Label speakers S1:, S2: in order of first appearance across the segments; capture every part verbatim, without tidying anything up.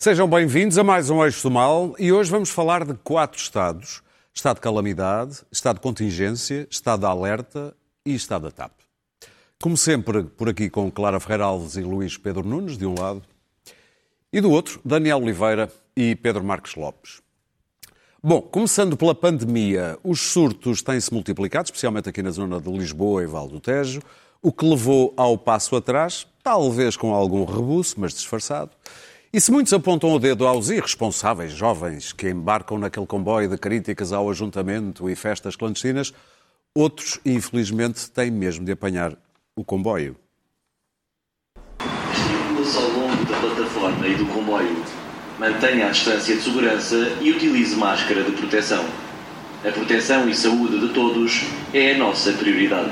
S1: Sejam bem-vindos a mais um Eixo do Mal e hoje vamos falar de quatro estados. Estado de calamidade, estado de contingência, estado de alerta e estado da TAP. Como sempre, por aqui com Clara Ferreira Alves e Luís Pedro Nunes, de um lado, e do outro, Daniel Oliveira e Pedro Marques Lopes. Bom, começando pela pandemia, os surtos têm-se multiplicado, especialmente aqui na zona de Lisboa e Val do Tejo, o que levou ao passo atrás, talvez com algum rebuço, mas disfarçado. E se muitos apontam o dedo aos irresponsáveis jovens que embarcam naquele comboio de críticas ao ajuntamento e festas clandestinas, outros, infelizmente, têm mesmo de apanhar o comboio.
S2: Estimule-se ao longo da plataforma e do comboio. Mantenha a distância de segurança e utilize máscara de proteção. A proteção e saúde de todos é a nossa prioridade.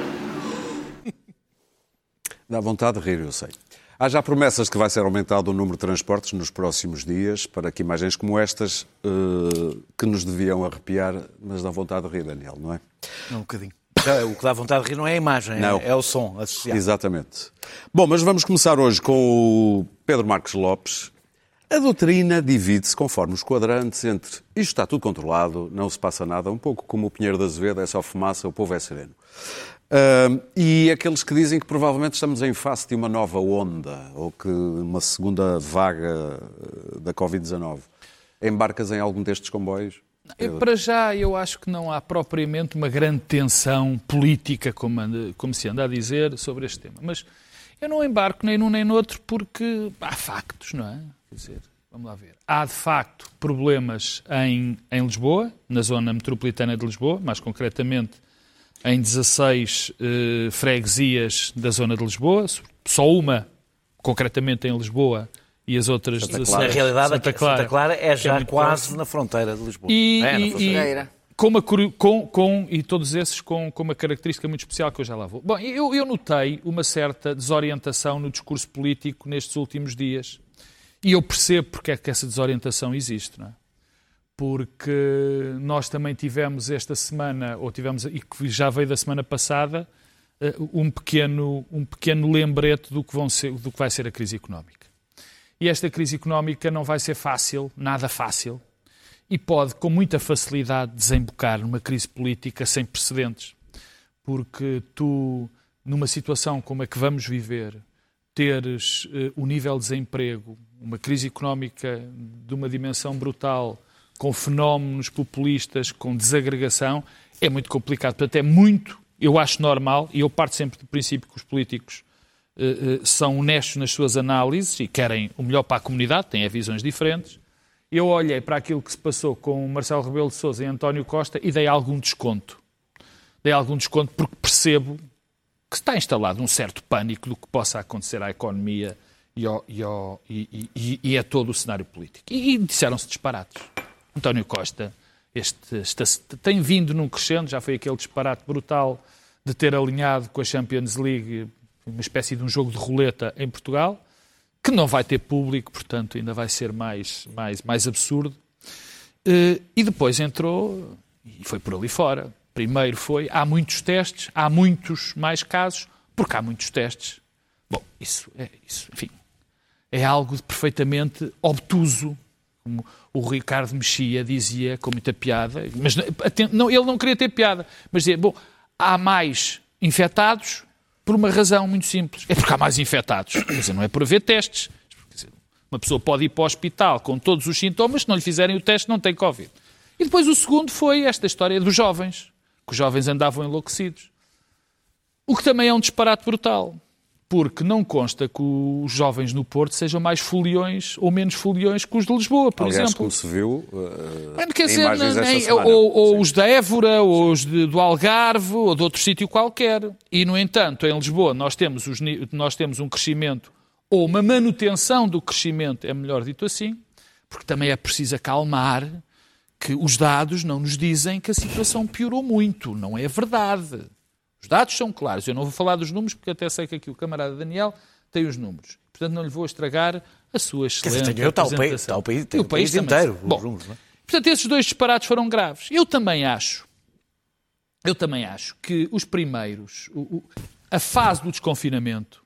S1: Dá vontade de rir, eu sei. Há já promessas que vai ser aumentado o número de transportes nos próximos dias para que imagens como estas, uh, que nos deviam arrepiar, mas dá vontade de rir, Daniel, não é?
S3: Não, um bocadinho. O que dá vontade de rir não é a imagem, não. É, é o som associado.
S1: Exatamente. Bom, mas vamos começar hoje com o Pedro Marques Lopes. A doutrina divide-se conforme os quadrantes entre isto está tudo controlado, não se passa nada, um pouco como o Pinheiro de Azevedo, é só fumaça, o povo é sereno. Uh, e aqueles que dizem que provavelmente estamos em face de uma nova onda ou que uma segunda vaga da covid dezanove. Embarcas em algum destes comboios?
S4: Eu, para já, eu acho que não há propriamente uma grande tensão política, como, anda, como se anda a dizer, sobre este tema. Mas eu não embarco nem num nem no outro porque há factos, não é? Quer dizer, vamos lá ver. Há, de facto, problemas em, em Lisboa, na zona metropolitana de Lisboa, mais concretamente em dezasseis eh, freguesias da zona de Lisboa, só uma, concretamente em Lisboa, e as outras...
S3: Santa Clara. Na realidade, Santa Clara, Santa Clara é já é quase próximo. Na fronteira de Lisboa.
S4: E,
S3: é,
S4: e, e, com uma, com, com, e todos esses com, com uma característica muito especial que eu já lá vou. Bom, eu, eu notei uma certa desorientação no discurso político nestes últimos dias. E eu percebo porque é que essa desorientação existe, não é? Porque nós também tivemos esta semana, ou tivemos, e que já veio da semana passada, um pequeno, um pequeno lembrete do que, vão ser, do que vai ser a crise económica. E esta crise económica não vai ser fácil, nada fácil, e pode, com muita facilidade, desembocar numa crise política sem precedentes. Porque tu, numa situação como a que vamos viver, teres uh, o nível de desemprego, uma crise económica de uma dimensão brutal, com fenómenos populistas, com desagregação, é muito complicado. Portanto, é muito, eu acho normal, e eu parto sempre do princípio que os políticos uh, uh, são honestos nas suas análises e querem o melhor para a comunidade, têm visões diferentes. Eu olhei para aquilo que se passou com Marcelo Rebelo de Sousa e António Costa e dei algum desconto. Dei algum desconto porque percebo que está instalado um certo pânico do que possa acontecer à economia e, ao, e, ao, e, e, e a todo o cenário político. E, e disseram-se disparates. António Costa este, este, tem vindo num crescendo, já foi aquele disparate brutal de ter alinhado com a Champions League, uma espécie de um jogo de roleta em Portugal, que não vai ter público, portanto ainda vai ser mais, mais, mais absurdo. E depois entrou e foi por ali fora. Primeiro foi, há muitos testes, há muitos mais casos, porque há muitos testes. Bom, isso, é, isso enfim, é algo de perfeitamente obtuso. Como o Ricardo Mexia dizia com muita piada, mas não, ele não queria ter piada, mas dizia, bom, há mais infectados por uma razão muito simples, é porque há mais infectados, quer dizer, não é por haver testes. Quer dizer, uma pessoa pode ir para o hospital com todos os sintomas, se não lhe fizerem o teste não tem Covid. E depois o segundo foi esta história dos jovens, que os jovens andavam enlouquecidos. O que também é um disparate brutal. Porque não consta que os jovens no Porto sejam mais foliões ou menos foliões que os de Lisboa, por
S1: Aliás,
S4: exemplo.
S1: como se viu, uh,
S4: Mas, quer dizer,
S1: imagens
S4: nem,
S1: esta semana.
S4: Ou, ou os da Évora, ou os de, do Algarve, ou de outro sítio qualquer. E, no entanto, em Lisboa nós temos, os, nós temos um crescimento, ou uma manutenção do crescimento, é melhor dito assim, porque também é preciso acalmar que os dados não nos dizem que a situação piorou muito. Não é verdade. Os dados são claros. Eu não vou falar dos números, porque até sei que aqui o camarada Daniel tem os números. Portanto, não lhe vou estragar a sua excelente
S3: dizer,
S4: apresentação.
S3: Está o país, está o país, tem
S4: o país, país
S3: inteiro.
S4: Bom, números, não é? Portanto, esses dois disparates foram graves. Eu também acho, eu também acho que os primeiros, o, o, a fase do desconfinamento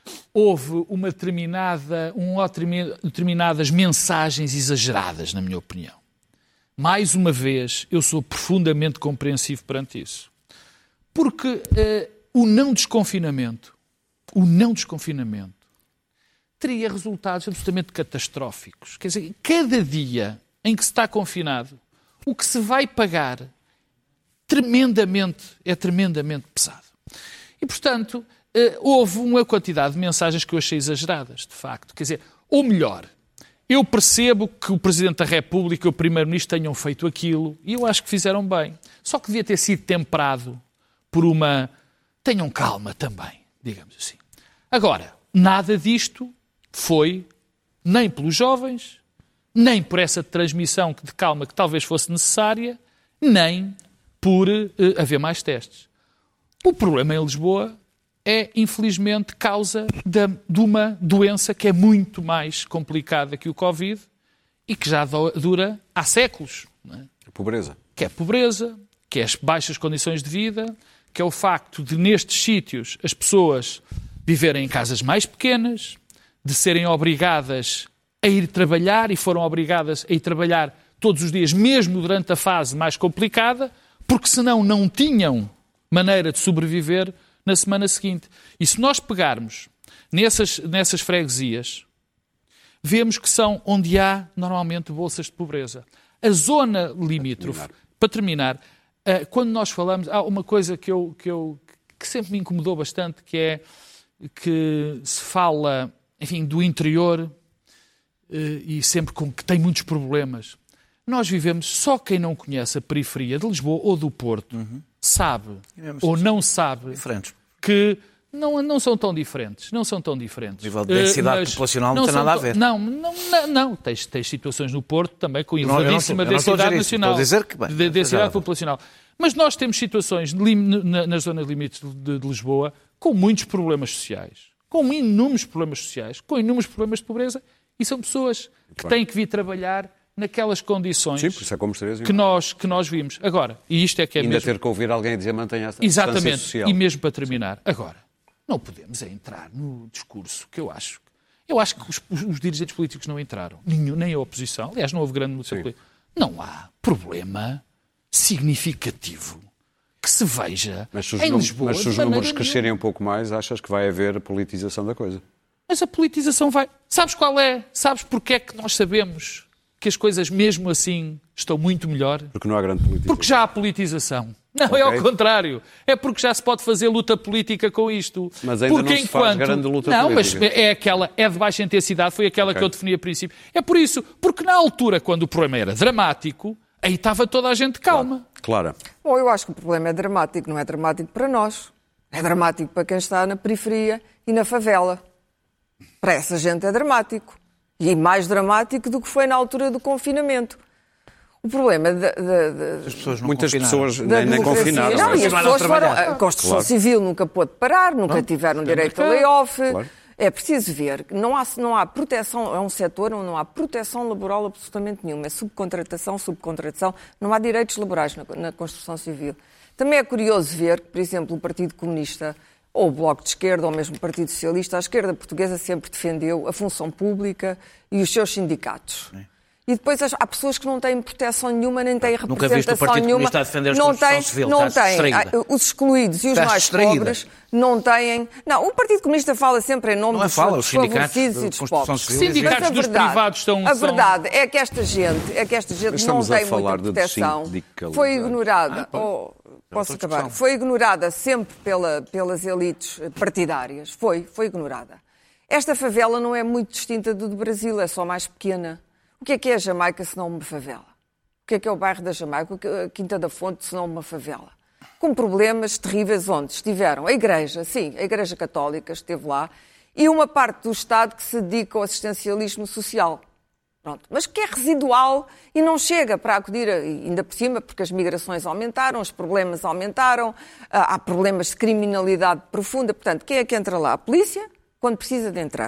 S4: houve uma determinada, um, determinadas mensagens exageradas, na minha opinião. Mais uma vez, eu sou profundamente compreensivo perante isso. Porque uh, o não desconfinamento, o não desconfinamento, teria resultados absolutamente catastróficos. Quer dizer, cada dia em que se está confinado, o que se vai pagar tremendamente, é tremendamente pesado. E, portanto, uh, houve uma quantidade de mensagens que eu achei exageradas, de facto. Quer dizer, ou melhor, eu percebo que o Presidente da República e o Primeiro-Ministro tenham feito aquilo, e eu acho que fizeram bem. Só que devia ter sido temperado por uma... Tenham calma também, digamos assim. Agora, nada disto foi, nem pelos jovens, nem por essa transmissão de calma que talvez fosse necessária, nem por uh, haver mais testes. O problema em Lisboa é, infelizmente, causa de, de uma doença que é muito mais complicada que o Covid e que já do, dura há séculos. Não é?
S1: A pobreza.
S4: Que é a pobreza, que é as baixas condições de vida, que é o facto de, nestes sítios, as pessoas viverem em casas mais pequenas, de serem obrigadas a ir trabalhar e foram obrigadas a ir trabalhar todos os dias, mesmo durante a fase mais complicada, porque senão não tinham maneira de sobreviver na semana seguinte. E se nós pegarmos nessas, nessas freguesias, vemos que são onde há normalmente bolsas de pobreza. A zona limítrofe, para terminar, quando nós falamos, há uma coisa que, eu, que, eu, que sempre me incomodou bastante, que é que se fala, enfim, do interior e sempre com que tem muitos problemas. Nós vivemos, só quem não conhece a periferia de Lisboa ou do Porto, uhum. sabe ou não sabe
S3: diferentes.
S4: que não, não são tão diferentes. Não são tão diferentes.
S3: O nível de densidade uh, populacional não, não tem nada a ver.
S4: Não, não, não, não. Tens, tens situações no Porto também com elevadíssima densidade nacional.
S3: Estou a dizer que, bem,
S4: de densidade populacional. Mas nós temos situações lim, na, nas zonas limites de, de Lisboa com muitos problemas sociais. Com inúmeros problemas sociais. Com inúmeros problemas de pobreza. E são pessoas que claro. têm que vir trabalhar naquelas condições
S1: Sim, por isso é como
S4: que, nós, que nós vimos. Agora, e isto é que é
S1: ainda
S4: mesmo...
S1: ter que ouvir alguém dizer mantenha essa
S4: Exatamente,
S1: distância social.
S4: E mesmo para terminar. Agora, não podemos é entrar no discurso que eu acho... Eu acho que os, os dirigentes políticos não entraram, nem, nem a oposição. Aliás, não houve grande mudança política. Não há problema significativo que se veja
S1: mas se os
S4: em
S1: números,
S4: Lisboa...
S1: Mas se os números crescerem um pouco mais, achas que vai haver politização da coisa?
S4: Mas a politização vai... Sabes qual é? Sabes porque é que nós sabemos que as coisas mesmo assim estão muito melhor?
S1: Porque não há grande politização.
S4: Porque já há politização. Não, okay. É ao contrário. É porque já se pode fazer luta política com isto.
S1: Mas ainda
S4: porque
S1: não se
S4: enquanto...
S1: faz grande luta
S4: não,
S1: política.
S4: Não, mas é aquela, é de baixa intensidade, foi aquela okay. que eu defini a princípio. É por isso, porque na altura, quando o problema era dramático, aí estava toda a gente calma.
S1: Claro. Clara.
S5: Bom, eu acho que o problema é dramático, não é dramático para nós. É dramático para quem está na periferia e na favela. Para essa gente é dramático. E mais dramático do que foi na altura do confinamento. O problema de, de, de,
S3: as pessoas não
S1: muitas
S3: confinaram.
S1: pessoas nem, nem confinaram.
S5: Não, e as pessoas foram, a Constituição claro. Civil nunca pôde parar, nunca não, tiveram direito a layoff. Claro. É preciso ver que não há, não há proteção, é um setor onde não há proteção laboral absolutamente nenhuma. É subcontratação, subcontratação, não há direitos laborais na, na Constituição Civil. Também é curioso ver que, por exemplo, o Partido Comunista, ou o Bloco de Esquerda, ou mesmo o Partido Socialista, a esquerda portuguesa sempre defendeu a função pública e os seus sindicatos. Sim. E depois há pessoas que não têm proteção nenhuma, nem têm representação
S3: Nunca viste o Partido
S5: nenhuma.
S3: Comunista a defender a
S5: não
S3: Constituição
S5: tem,
S3: Civil.
S5: Não
S3: Estás
S5: têm.
S3: distraída.
S5: Os excluídos e os
S3: Estás
S5: mais
S3: distraída.
S5: pobres não têm... Não, o Partido Comunista fala sempre em nome
S3: não é
S5: dos
S3: fala, os
S5: favorecidos e dos pobres.
S3: Civil,
S4: os sindicatos dos
S5: verdade,
S4: privados estão...
S5: A verdade é que esta gente, é que esta gente não tem muita proteção. Foi ignorada. Ah, oh, posso acabar? Foi ignorada sempre pela, pelas elites partidárias. Foi, foi ignorada. Esta favela não é muito distinta do do Brasil, é só mais pequena. O que é que é a Jamaica se não uma favela? O que é que é o bairro da Jamaica, a Quinta da Fonte se não uma favela? Com problemas terríveis onde estiveram a Igreja, sim, a Igreja Católica esteve lá, e uma parte do Estado que se dedica ao assistencialismo social. Pronto. Mas que é residual e não chega para acudir, ainda por cima, porque as migrações aumentaram, os problemas aumentaram, há problemas de criminalidade profunda. Portanto, quem é que entra lá? A polícia, quando precisa de entrar.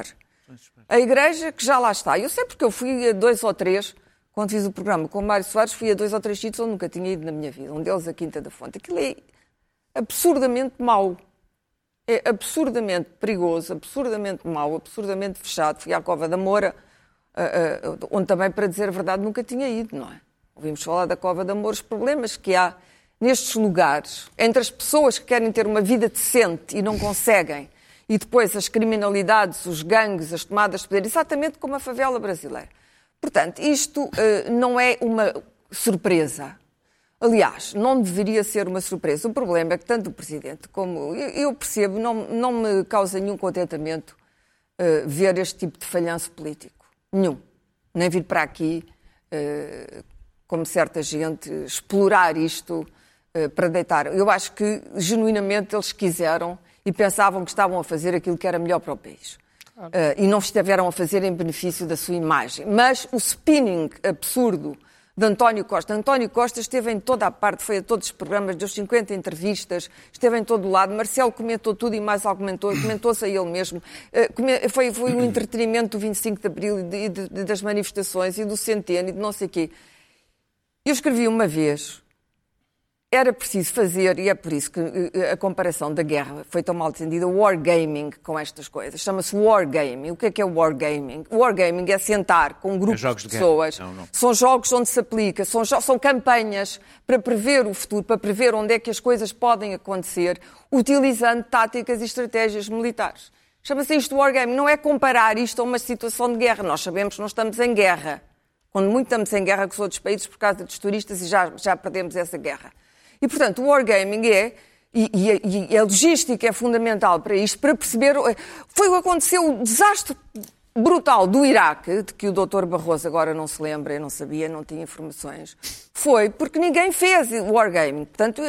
S5: A Igreja, que já lá está. Eu sei porque eu fui a dois ou três, quando fiz o programa com o Mário Soares, fui a dois ou três sítios onde nunca tinha ido na minha vida. Um deles a Quinta da Fonte. Aquilo é absurdamente mau. É absurdamente perigoso, absurdamente mau, absurdamente fechado. Fui à Cova da Moura, uh, uh, onde também, para dizer a verdade, nunca tinha ido, não é? Ouvimos falar da Cova da Moura, os problemas que há nestes lugares, entre as pessoas que querem ter uma vida decente e não conseguem, e depois as criminalidades, os gangues, as tomadas de poder, exatamente como a favela brasileira. Portanto, isto uh, não é uma surpresa. Aliás, não deveria ser uma surpresa. O problema é que tanto o Presidente como eu, eu percebo, não, não me causa nenhum contentamento uh, ver este tipo de falhanço político. Nenhum. Nem vir para aqui, uh, como certa gente, explorar isto uh, para deitar. Eu acho que, genuinamente, eles quiseram e pensavam que estavam a fazer aquilo que era melhor para o país. Claro. Uh, e não estiveram a fazer em benefício da sua imagem. Mas o spinning absurdo de António Costa. António Costa esteve em toda a parte, foi a todos os programas, deu cinquenta entrevistas, esteve em todo o lado. Marcelo comentou tudo e mais algo comentou, comentou-se a ele mesmo. Uh, foi, foi o entretenimento do vinte e cinco de Abril e de, de, de, das manifestações e do Centeno e de não sei o quê. Eu escrevi uma vez... Era preciso fazer, e é por isso que a comparação da guerra foi tão mal entendida, wargaming com estas coisas. Chama-se wargaming. O que é que é wargaming? Wargaming é sentar com um grupo é de, de pessoas. Não, não. São jogos onde se aplica, são, são campanhas para prever o futuro, para prever onde é que as coisas podem acontecer, utilizando táticas e estratégias militares. Chama-se isto wargaming. Não é comparar isto a uma situação de guerra. Nós sabemos que não estamos em guerra. Quando muito estamos em guerra com os outros países por causa dos turistas e já, já perdemos essa guerra. E, portanto, o wargaming é, e, e, e a logística é fundamental para isto, para perceber... Foi o que aconteceu, o desastre brutal do Iraque, de que o doutor Barroso agora não se lembra, eu não sabia, não tinha informações, foi porque ninguém fez o wargaming. Portanto,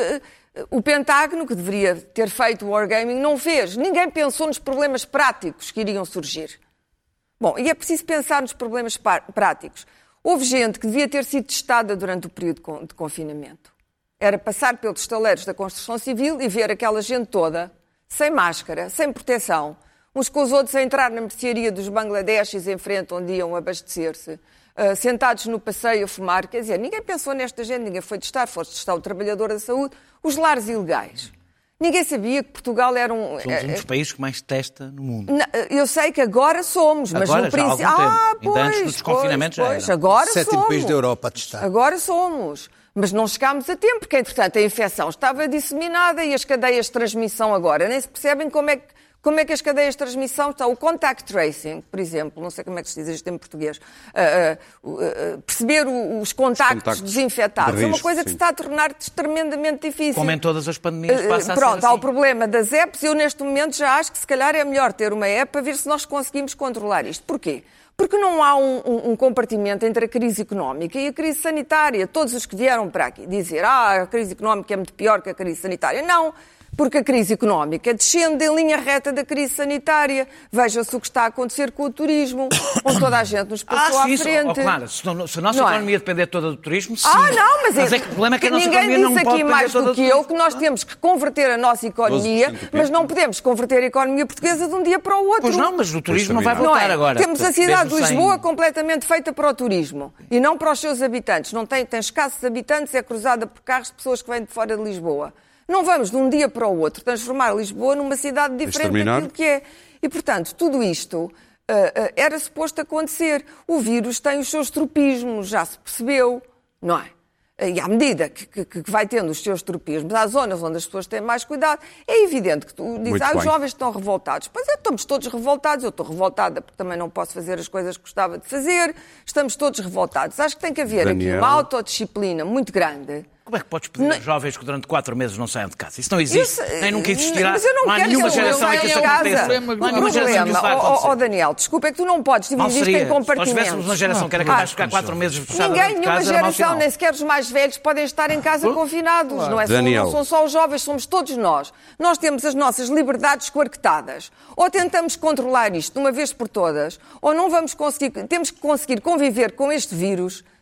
S5: o Pentágono, que deveria ter feito o wargaming, não fez. Ninguém pensou nos problemas práticos que iriam surgir. Bom, e é preciso pensar nos problemas práticos. Houve gente que devia ter sido testada durante o período de confinamento. Era passar pelos estaleiros da construção civil e ver aquela gente toda, sem máscara, sem proteção, uns com os outros a entrar na mercearia dos Bangladeshis em frente, onde iam abastecer-se, uh, sentados no passeio a fumar. Quer dizer, ninguém pensou nesta gente, ninguém foi testar, foste testar o trabalhador da saúde, os lares ilegais. Ninguém sabia que Portugal era um...
S3: Somos um dos países que mais testa no mundo.
S5: Eu sei que agora somos, mas
S3: agora,
S5: no princípio...
S3: Ah, pois, ainda antes do desconfinamento
S5: pois,
S3: já
S5: pois,
S3: era.
S5: Agora
S6: o sétimo
S5: somos.
S6: país da Europa a testar.
S5: Agora somos. Mas não chegámos a tempo, porque, entretanto, a infecção estava disseminada e as cadeias de transmissão agora nem se percebem como é que, como é que as cadeias de transmissão estão. O contact tracing, por exemplo, não sei como é que se diz isto em português, uh, uh, uh, perceber o, os contactos, contactos desinfetados de risco, é uma coisa que sim. se está a tornar tremendamente difícil.
S3: Como em todas as pandemias passa
S5: uh, Pronto,
S3: a ser
S5: há
S3: assim.
S5: o problema das apps. Eu, neste momento, já acho que se calhar é melhor ter uma app para ver se nós conseguimos controlar isto. Porquê? Porque não há um, um, um compartimento entre a crise económica e a crise sanitária. Todos os que vieram para aqui dizer ah, a crise económica é muito pior que a crise sanitária. Não, porque a crise económica descende em linha reta da crise sanitária. Veja-se o que está a acontecer com o turismo, onde toda a gente nos passou
S3: ah,
S5: à
S3: sim,
S5: frente.
S3: Oh, claro, se, não, se a nossa
S5: não
S3: economia
S5: é?
S3: depender toda do turismo, sim.
S5: Ah, não, mas,
S3: mas é que o problema é que a nossa economia não pode
S5: depender
S3: toda do turismo.
S5: Ninguém disse aqui mais do que eu que nós temos que converter a nossa economia, mas não podemos converter a economia portuguesa de um dia para o outro.
S3: Pois não, mas o turismo não vai voltar
S5: não é?
S3: agora.
S5: Temos a cidade de Lisboa
S3: sem...
S5: completamente feita para o turismo e não para os seus habitantes. Não tem, tem escassos habitantes, é cruzada por carros de pessoas que vêm de fora de Lisboa. Não vamos de um dia para o outro transformar Lisboa numa cidade diferente daquilo que é. E, portanto, tudo isto uh, uh, era suposto acontecer. O vírus tem os seus tropismos, já se percebeu, não é? E à medida que, que, que vai tendo os seus tropismos, há zonas onde as pessoas têm mais cuidado, é evidente que tu dizes, ah, os jovens estão revoltados. Pois é, estamos todos revoltados. Eu estou revoltada porque também não posso fazer as coisas que gostava de fazer. Estamos todos revoltados. Acho que tem que haver Daniel. aqui uma autodisciplina muito grande.
S3: Como é que podes pedir aos jovens que durante quatro meses não saiam de casa? Isso não existe.
S5: Isso,
S3: Nem nunca existirá.
S5: Mas eu não,
S3: não há
S5: quero
S3: nenhuma
S5: que
S3: geração em que isso aconteça.
S5: Não há nenhuma geração que isso vai acontecer. Ó, oh, Daniel, desculpa, é que tu não podes dividir isto em compartimentos.
S3: Se nós tivéssemos uma geração que era capaz de ficar quatro meses fechada
S5: Ninguém,
S3: dentro de casa,
S5: nenhuma geração, nem sequer os mais velhos, podem estar em casa confinados. Claro. Não, é só, não são só os jovens, somos todos nós. Nós temos as nossas liberdades coarquetadas. Ou tentamos controlar isto de uma vez por todas, ou não vamos conseguir, temos que conseguir conviver com este vírus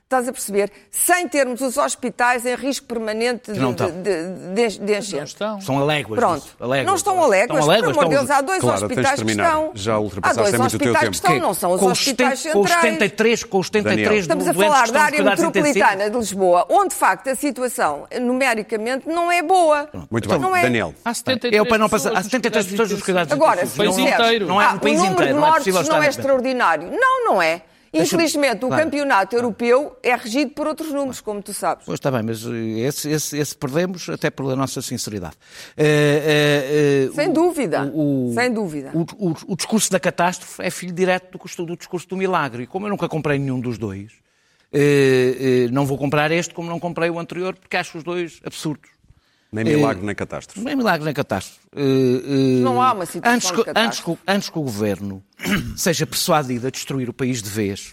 S5: estás a perceber? Sem termos os hospitais em risco permanente de, de, de, de encher.
S3: Não estão. São aléguas.
S5: Pronto.
S3: Aléguas.
S5: Não estão aléguas. Por amor de Deus, há dois
S1: claro,
S5: hospitais que estão.
S1: Já ultrapassaste
S5: há dois
S1: muito o teu tempo.
S5: Que estão, não são os
S3: com
S5: hospitais
S3: setenta,
S5: centrais.
S3: Com os setenta e três, com os setenta e três
S5: Estamos a falar da área metropolitana de Lisboa, onde de facto a situação numericamente não é boa.
S1: Muito bem.
S5: Não é.
S1: Daniel.
S4: Há setenta e três
S3: Eu, para não passar, há
S4: pessoas
S3: setenta e três pessoas nos cuidados
S5: Agora,
S3: intensivos.
S5: se
S4: país inteiro.
S3: Não é no país
S5: o número
S3: inteiro.
S5: de
S3: Não é
S5: mortes
S3: possível
S5: não é
S3: estar
S5: extraordinário. Não, não é. Infelizmente, o
S3: claro.
S5: campeonato europeu é regido por outros números, como tu sabes.
S3: Pois está bem, mas esse, esse, esse perdemos até pela nossa sinceridade. Uh, uh, uh,
S5: Sem
S3: o,
S5: dúvida,
S3: o,
S5: sem dúvida.
S3: O, o, o discurso da catástrofe é filho direto do, do discurso do milagre. E como eu nunca comprei nenhum dos dois, uh, uh, não vou comprar este como não comprei o anterior, porque acho os dois absurdos.
S1: Nem milagre, uh, nem catástrofe.
S3: Nem milagre, nem catástrofe. Uh, uh,
S5: não há uma situação
S3: antes
S5: de
S3: que,
S5: catástrofe.
S3: Antes que, antes que o governo seja persuadido a destruir o país de vez,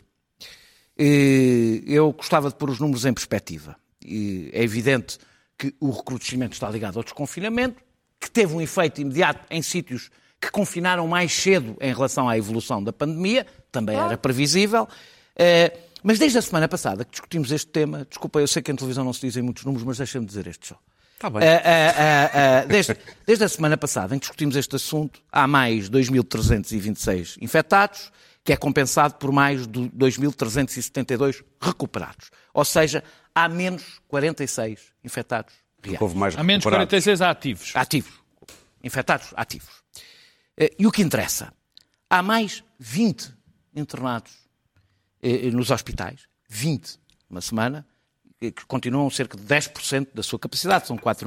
S3: uh, eu gostava de pôr os números em perspectiva. Uh, é evidente que o recrudescimento está ligado ao desconfinamento, que teve um efeito imediato em sítios que confinaram mais cedo em relação à evolução da pandemia, também era previsível. Uh, mas desde a semana passada que discutimos este tema, desculpa, eu sei que em televisão não se dizem muitos números, mas deixa-me dizer este só.
S1: Está bem.
S3: Uh, uh, uh, uh, desde, desde a semana passada em que discutimos este assunto, há mais dois mil trezentos e vinte e seis infectados, que é compensado por mais de dois mil trezentos e setenta e dois recuperados. Ou seja, há menos quarenta e seis infectados reais.
S1: Houve mais
S4: há menos quarenta e seis ativos.
S3: Ativos. Infectados ativos. Uh, e o que interessa? Há mais vinte internados uh, nos hospitais. vinte uma semana. Que continuam cerca de dez por cento da sua capacidade, são quatrocentos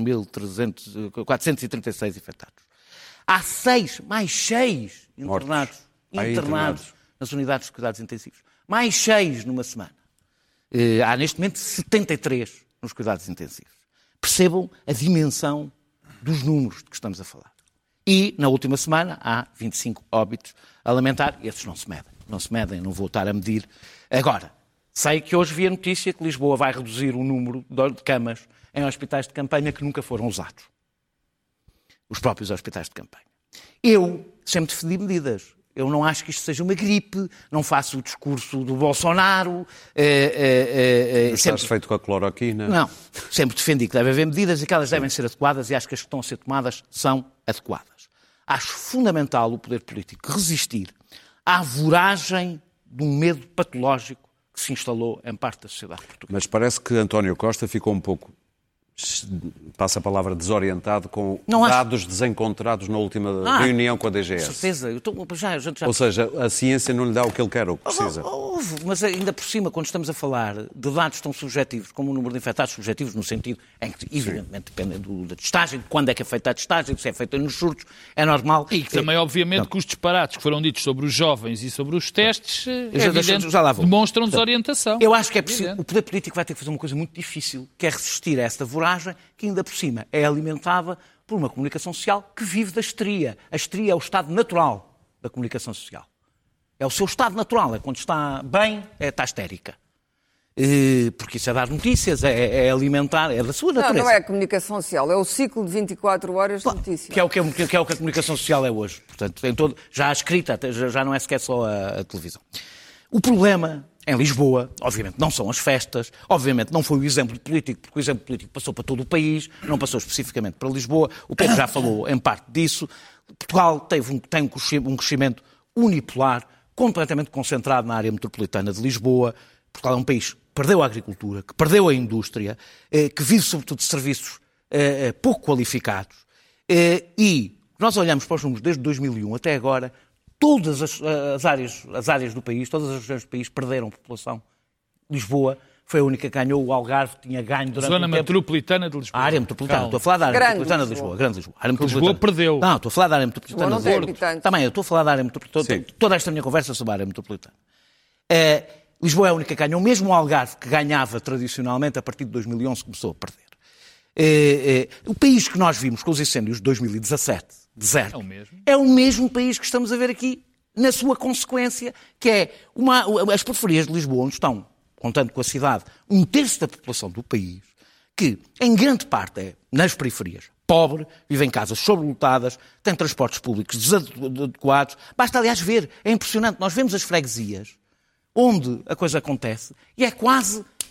S3: e trinta e seis infectados. Há seis, mais seis internados, internados, internados nas unidades de cuidados intensivos. Mais seis numa semana. Uh, há neste momento setenta e três nos cuidados intensivos. Percebam a dimensão dos números de que estamos a falar. E, na última semana, há vinte e cinco óbitos a lamentar, e esses não se medem. Não se medem, não vou estar a medir. Agora, sei que hoje vi a notícia que Lisboa vai reduzir o número de camas em hospitais de campanha que nunca foram usados. Os próprios hospitais de campanha. Eu sempre defendi medidas. Eu não acho que isto seja uma gripe, não faço o discurso do Bolsonaro. É, é, é,
S1: Mas sempre... estás feito com a cloroquina.
S3: Não, sempre defendi que deve haver medidas e que elas devem ser adequadas e acho que as que estão a ser tomadas são adequadas. Acho fundamental o poder político resistir à voragem de um medo patológico que se instalou em parte da sociedade portuguesa.
S1: Mas parece que António Costa ficou um pouco, passa a palavra, desorientado com não dados acho... desencontrados na última ah, reunião com a D G S.
S3: Com certeza. Eu tô, já, já, já...
S1: Ou seja, a ciência não lhe dá o que ele quer ou o que precisa.
S3: Oh, oh, oh, mas ainda por cima, quando estamos a falar de dados tão subjetivos como o número de infectados, subjetivos no sentido em que, evidentemente, depende do, da testagem, de quando é que é feita a testagem, se é feita nos surtos, é normal.
S4: E que também, é... obviamente, não. que os disparates que foram ditos sobre os jovens e sobre os testes, é
S3: já,
S4: evidente,
S3: já lá vou.
S4: demonstram Portanto, desorientação.
S3: Eu acho que é preciso, o poder político vai ter que fazer uma coisa muito difícil, que é resistir a esta voragem, que ainda por cima é alimentada por uma comunicação social que vive da histeria. A histeria é o estado natural da comunicação social. É o seu estado natural. É quando está bem, é, está histérica. E, porque isso é dar notícias, é, é alimentar, é da sua natureza.
S5: Não, não é a comunicação social, é o ciclo de vinte e quatro horas de notícias.
S3: Que é o que, é, que é o que a comunicação social é hoje. Portanto, tem todo, já a escrita, já, já não é sequer só a, a televisão. O problema... Em Lisboa, obviamente, não são as festas, obviamente não foi o exemplo político, porque o exemplo político passou para todo o país, não passou especificamente para Lisboa. O Pedro já falou em parte disso. Portugal teve um, tem um crescimento unipolar, completamente concentrado na área metropolitana de Lisboa. Portugal é um país que perdeu a agricultura, que perdeu a indústria, que vive sobretudo de serviços pouco qualificados. E nós olhamos para os números desde dois mil e um até agora. Todas as, as, áreas, as áreas do país, todas as regiões do país perderam população. Lisboa foi a única que ganhou, o Algarve tinha ganho durante
S4: Zona
S3: um tempo.
S4: metropolitana de Lisboa.
S3: A área metropolitana, Calma. Estou a falar da área
S5: Grande
S3: metropolitana de Lisboa. Grande Lisboa. Área metropolitana.
S4: Lisboa perdeu.
S3: Não, estou a falar da área metropolitana
S5: de Lisboa.
S3: Também, eu estou a falar da área metropolitana. Sim. Toda esta minha conversa sobre a área metropolitana. É, Lisboa é a única que ganhou, mesmo o Algarve, que ganhava tradicionalmente, a partir de dois mil e onze começou a perder. É, é, o país que nós vimos com os incêndios de dois mil e dezassete, deserto, é o mesmo, é o mesmo país que estamos a ver aqui, na sua consequência, que é uma, as periferias de Lisboa, onde estão, contando com a cidade, um terço da população do país, que em grande parte é nas periferias, pobre, vive em casas sobrelotadas, tem transportes públicos desadequados. Basta, aliás, ver, é impressionante, nós vemos as freguesias onde a coisa acontece e é quase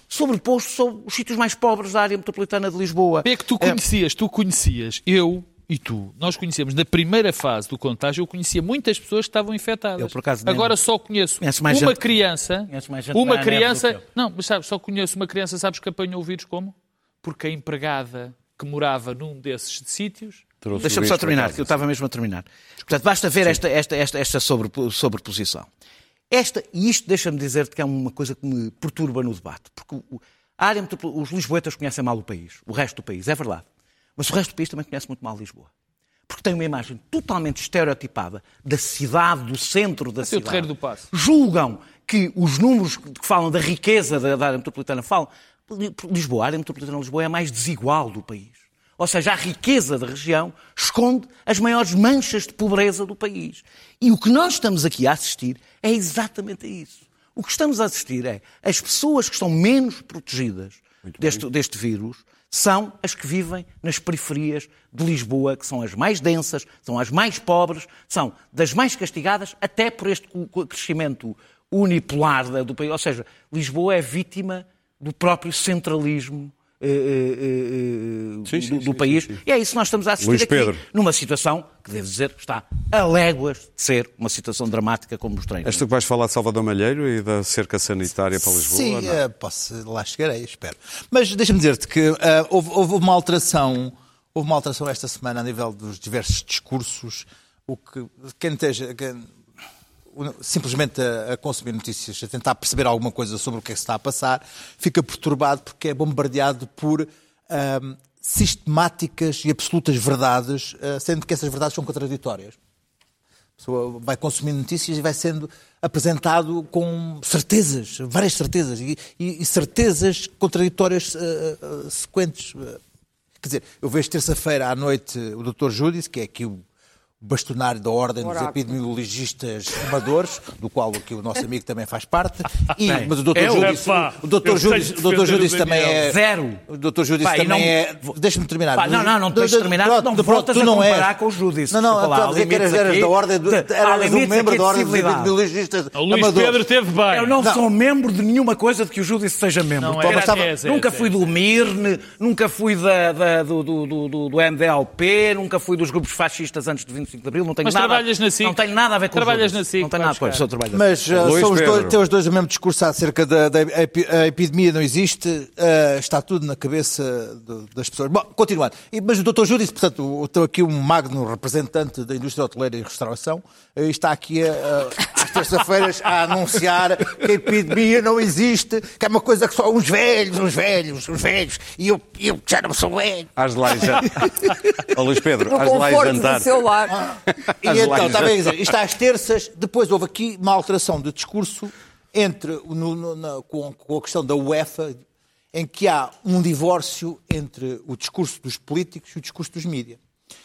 S3: sobreposto sobre os sítios mais pobres da área metropolitana de Lisboa.
S4: É que tu conhecias, é... tu conhecias, eu e tu, nós conhecemos, na primeira fase do contágio, eu conhecia muitas pessoas que estavam infectadas.
S3: Eu, por acaso,
S4: Agora só conheço uma gente... criança, uma criança, não, mas sabes, só conheço uma criança, sabes que apanhou o vírus como? Porque a empregada que morava num desses sítios...
S3: Deixa-me só terminar, que eu estava mesmo a terminar. Portanto, basta ver esta, esta, esta, esta sobre, sobreposição. Esta, e isto deixa-me dizer-te que é uma coisa que me perturba no debate, porque a área, os lisboetas conhecem mal o país, o resto do país, é verdade. Mas o resto do país também conhece muito mal Lisboa. Porque tem uma imagem totalmente estereotipada da cidade, do centro da cidade.
S4: O terreiro do Paço.
S3: Julgam que os números que falam da riqueza da área metropolitana falam... Lisboa, a área metropolitana de Lisboa é a mais desigual do país. Ou seja, a riqueza da região esconde as maiores manchas de pobreza do país. E o que nós estamos aqui a assistir é exatamente a isso. O que estamos a assistir é as pessoas que estão menos protegidas deste, deste vírus são as que vivem nas periferias de Lisboa, que são as mais densas, são as mais pobres, são das mais castigadas até por este crescimento unipolar do país. Ou seja, Lisboa é vítima do próprio centralismo Uh, uh, uh, sim, sim, do, do sim, país. Sim, sim. E é isso que nós estamos a assistir
S1: Luís
S3: aqui,
S1: Pedro.
S3: Numa situação que, devo dizer, está a léguas de ser uma situação dramática, como mostrei.
S1: És tu que vais falar de Salvador Malheiro e da cerca sanitária para Lisboa?
S6: Sim, uh, posso, lá chegarei, espero. Mas deixa-me dizer-te que uh, houve, houve uma alteração, houve uma alteração esta semana a nível dos diversos discursos, o que quem esteja... Quem, simplesmente a, a consumir notícias, a tentar perceber alguma coisa sobre o que é que se está a passar, fica perturbado porque é bombardeado por um, sistemáticas e absolutas verdades, uh, sendo que essas verdades são contraditórias. A pessoa vai consumir notícias e vai sendo apresentado com certezas, várias certezas, e, e, e certezas contraditórias uh, uh, sequentes. Quer dizer, eu vejo terça-feira à noite o doutor Júdice, que é aqui o bastonário da Ordem dos Epidemiologistas Amadores, do qual aqui o nosso amigo também faz parte. E, mas o doutor Júdice, o doutor Júdice, o doutor Júdice também é
S3: zero.
S6: O doutor Júdice também não... é. Deixa-me terminar.
S3: Pá, não, não, não deixa terminar. Não, não voltas a comparar é... com o Júdice.
S6: Não, não, estás a dizer que eras, eras da Ordem, do, eras um membro da Ordem dos Epidemiologistas
S4: Amadores. O Luís Pedro teve bem.
S3: Eu não, não sou membro de nenhuma coisa de que o Júdice seja membro.
S4: Não, era, estava... é, é,
S3: nunca fui do Mirne, nunca fui da, da, do, do, do, do M D L P, nunca fui dos grupos fascistas antes de vinte e cinco de Abril, não tenho nada.
S4: Trabalhas na S I C.
S3: Não tem nada a ver com
S4: Trabalhas
S3: os
S4: na S I C.
S3: Não tem nada a ver com o
S6: Mas uh, são os dois, têm os dois o mesmo discurso acerca da, da a epidemia não existe, uh, está tudo na cabeça de, das pessoas. Bom, continuando. E, mas o doutor Júdice, portanto, estou aqui um magno representante da indústria hoteleira e restauração, uh, está aqui uh, às terças-feiras a anunciar que a epidemia não existe, que é uma coisa que só uns velhos, uns velhos, uns velhos, e eu, eu já não sou velho.
S1: Às lá já. Ó Luís Pedro,
S5: no
S1: às lá jantar.
S5: Do seu lar.
S6: E então, está bem a dizer, isto às terças, depois houve aqui uma alteração de discurso entre, no, no, na, com, com a questão da UEFA, em que há um divórcio entre o discurso dos políticos e o discurso dos mídias.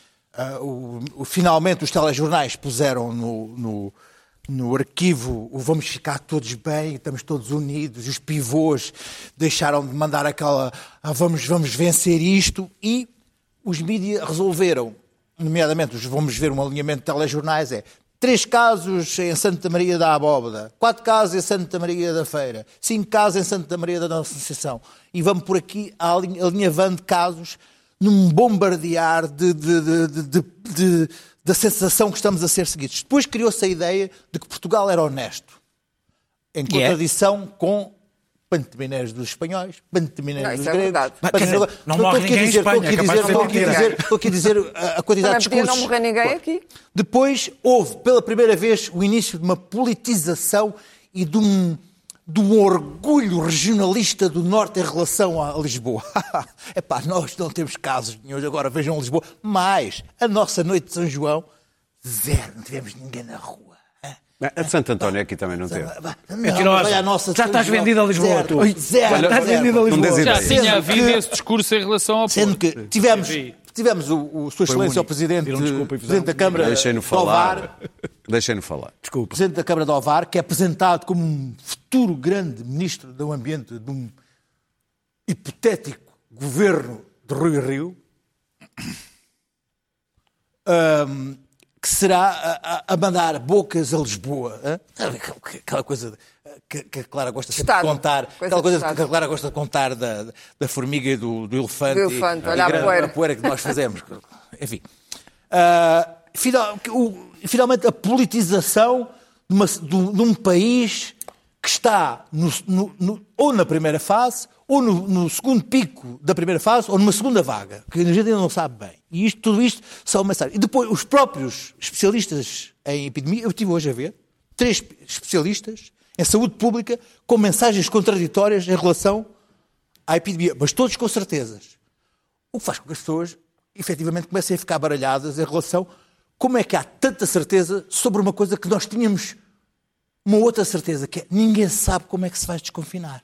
S6: Uh, o, o, finalmente os telejornais puseram no, no, no arquivo o vamos ficar todos bem, estamos todos unidos, os pivôs deixaram de mandar aquela ah, vamos, vamos vencer isto, e os mídias resolveram, nomeadamente, vamos ver um alinhamento de telejornais, é três casos em Santa Maria da Abóbada, quatro casos em Santa Maria da Feira, cinco casos em Santa Maria da Nossa Associação. E vamos por aqui alinhavando casos num bombardear de, de, de, de, de, de, da sensação que estamos a ser seguidos. Depois criou-se a ideia de que Portugal era honesto, em contradição yeah. com pantemineiros dos espanhóis, pantemineiros dos
S5: é
S6: gregos.
S5: Dizer,
S3: não morre ninguém em Espanha.
S6: Estou aqui a dizer a quantidade de discursos.
S5: Não morrer ninguém aqui.
S6: Depois houve, pela primeira vez, o início de uma politização e de um, de um orgulho regionalista do Norte em relação a Lisboa. Epá, nós não temos casos nenhum, agora vejam Lisboa. Mas a nossa noite de São João, zero, não tivemos ninguém na rua.
S1: A de Santo António aqui também não teve.
S6: Não, a nossa
S3: já estás vendido a Lisboa, tu.
S6: Zero,
S3: Olha, estás vendido a Lisboa.
S4: Já tinha havido esse discurso em relação ao
S6: Sendo que tivemos, tivemos o, o Sua Excelência, o Presidente, desculpa, Presidente da Câmara
S1: Deixem-no falar. Deixem-no falar.
S6: Desculpa. Presidente da Câmara de Ovar, que é apresentado como um futuro grande Ministro do Ambiente de um hipotético governo de Rui Rio. Um, que será a, a mandar bocas a Lisboa. Hein? Aquela coisa, que, que a Clara gosta sempre de contar, coisa aquela coisa que a Clara gosta de contar da, da formiga e do, do elefante,
S5: do elefante
S6: e,
S5: olha
S6: e
S5: a poeira.
S6: a poeira que nós fazemos. Enfim. Uh, final, o, finalmente, a politização de, uma, de, um, de um país que está no, no, no, ou na primeira fase, ou no, no segundo pico da primeira fase, ou numa segunda vaga, que a gente ainda não sabe bem. E isto, tudo isto são mensagens. E depois, os próprios especialistas em epidemia, eu estive hoje a ver, três especialistas em saúde pública com mensagens contraditórias em relação à epidemia, mas todos com certezas. O que faz com que as pessoas, efetivamente, comecem a ficar baralhadas em relação a como é que há tanta certeza sobre uma coisa que nós tínhamos uma outra certeza, que é ninguém sabe como é que se vai desconfinar.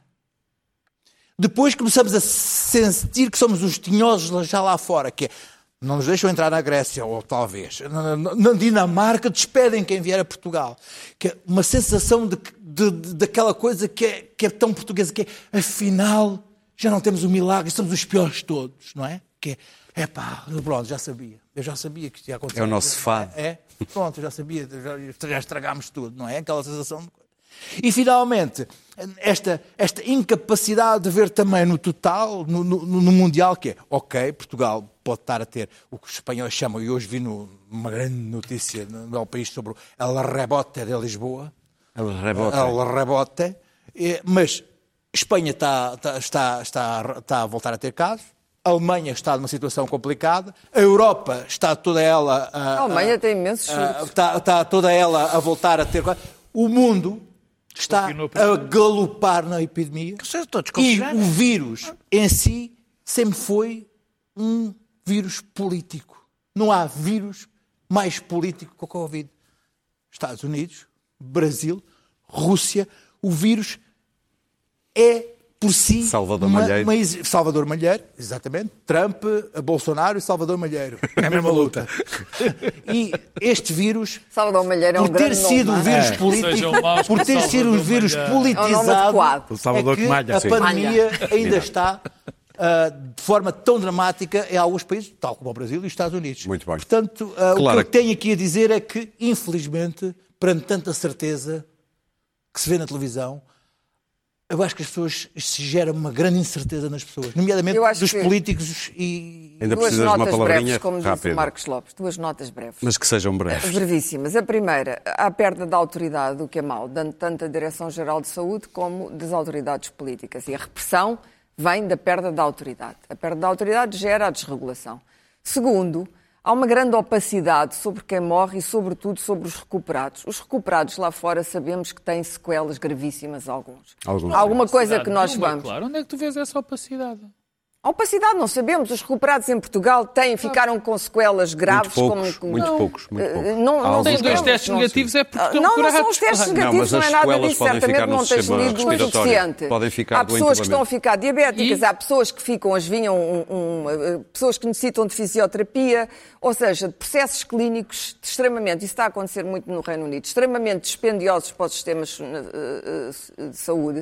S6: Depois começamos a sentir que somos uns tinhosos já lá fora, que é, não nos deixam entrar na Grécia, ou talvez, na Dinamarca despedem quem vier a Portugal. Que é uma sensação de, de, de, daquela coisa que é, que é tão portuguesa, que é, afinal, já não temos o milagre, somos os piores de todos, não é? Que é, é pá, pronto, já sabia. Eu já sabia que isto ia acontecer.
S1: É o nosso fado.
S6: É, é pronto, eu já sabia, já, já estragámos tudo, não é? Aquela sensação de... E, finalmente, esta, esta incapacidade de ver também no total, no, no, no Mundial, que é, ok, Portugal pode estar a ter o que os espanhóis chamam, e hoje vi no, uma grande notícia no meu país sobre o El Rebote de Lisboa.
S1: El Rebote.
S6: El Rebote. Mas Espanha está, está, está, está, está a voltar a ter casos. A Alemanha está numa situação complicada. A Europa está toda ela... A,
S5: a Alemanha a, tem imensos
S6: a, está, está toda ela a voltar a ter... O mundo... está a galopar na epidemia e o vírus em si sempre foi um vírus político. Não há vírus mais político que o Covid. Estados Unidos, Brasil, Rússia, o vírus é por si...
S1: Salvador
S6: uma,
S1: Malheiro.
S6: Uma, Salvador Malheiro, exatamente. Trump, Bolsonaro e Salvador Malheiro. É a mesma luta. E este vírus,
S5: Salvador Malheiro é um
S6: por ter sido um vírus
S4: é.
S6: político, por ter sido um vírus politizado,
S5: é,
S6: é que Malha, a sim. pandemia ainda está uh, de forma tão dramática em alguns países, tal como o Brasil e os Estados Unidos.
S1: Muito bem.
S6: Portanto, uh, claro. O que eu tenho aqui a dizer é que, infelizmente, perante tanta certeza que se vê na televisão, eu acho que as pessoas, se gera uma grande incerteza nas pessoas, nomeadamente dos políticos e...
S1: Ainda precisas de uma palavrinha
S5: breves, como
S1: rápida.
S5: disse o Marcos Lopes, duas notas breves.
S1: Mas que sejam breves.
S5: Brevíssimas. A primeira, há perda da autoridade, o que é mau, dando tanto a Direção-Geral de Saúde como das autoridades políticas. E a repressão vem da perda da autoridade. A perda da autoridade gera a desregulação. Segundo, há uma grande opacidade sobre quem morre e, sobretudo, sobre os recuperados. Os recuperados lá fora sabemos que têm sequelas gravíssimas, alguns. alguns. Há alguma coisa que nós vamos...
S4: Claro, onde é que tu vês essa opacidade?
S5: A opacidade não sabemos. Os recuperados em Portugal têm, ficaram com sequelas graves.
S1: Muito poucos,
S5: como...
S1: muito poucos. Muito poucos.
S5: Não, não
S4: tem dois testes
S5: não,
S4: negativos é porque estão
S5: não,
S4: curados.
S5: Não, não são os testes negativos, não, não é nada disso. Certamente não tens lido o suficiente.
S1: Podem ficar
S5: há pessoas que estão a ficar diabéticas, e? há pessoas que ficam, as vinham, um, um, pessoas que necessitam de fisioterapia, ou seja, de processos clínicos de extremamente, isso está a acontecer muito no Reino Unido, extremamente dispendiosos para os sistemas de saúde.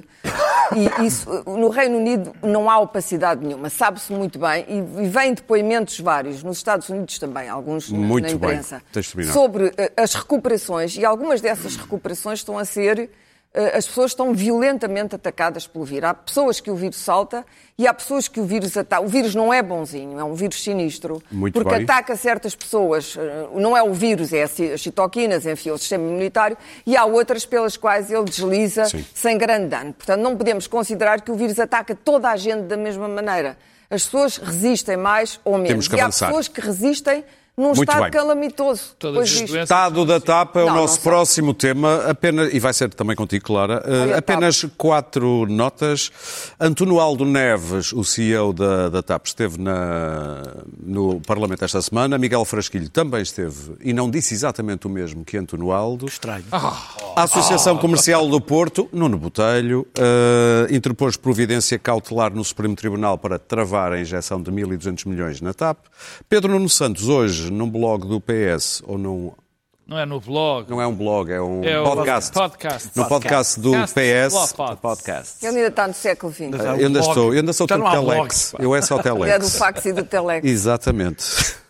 S5: E isso, no Reino Unido não há opacidade nenhuma, sabe-se muito bem. E vêm depoimentos vários, nos Estados Unidos também, alguns
S1: muito
S5: na imprensa,
S1: bem.
S5: sobre as recuperações, e algumas dessas recuperações estão a ser, as pessoas estão violentamente atacadas pelo vírus. Há pessoas que o vírus salta e há pessoas que o vírus ataca. O vírus não é bonzinho, é um vírus sinistro,
S1: muito
S5: porque
S1: bem.
S5: ataca certas pessoas. Não é o vírus, é as citoquinas, enfim, o sistema imunitário, e há outras pelas quais ele desliza Sim. sem grande dano. Portanto, não podemos considerar que o vírus ataca toda a gente da mesma maneira. As pessoas resistem mais ou menos.
S1: E há
S5: pessoas que resistem num Muito estado
S1: bem.
S5: calamitoso.
S1: O estado da TAP é o não, nosso não próximo sabe. tema, apenas, e vai ser também contigo, Clara. Uh, apenas TAP. quatro notas. António Aldo Neves, o C E O da, da TAP, esteve na, no Parlamento esta semana. Miguel Frasquilho também esteve e não disse exatamente o mesmo que António Aldo.
S3: Estranho.
S1: A Associação Comercial do Porto, Nuno Botelho, uh, interpôs providência cautelar no Supremo Tribunal para travar a injeção de mil e duzentos milhões na TAP. Pedro Nuno Santos, hoje, num blog do P S, ou num...
S4: Não é no blog.
S1: Não é um blog, é um
S4: é
S1: podcast.
S4: podcast.
S1: No podcast, podcast do P S.
S3: Podcast.
S5: Ele ainda está no século vinte.
S1: Eu ainda estou, eu ainda sou do Telex. Eu é só Telex.
S5: É do fax e do Telex.
S1: Exatamente.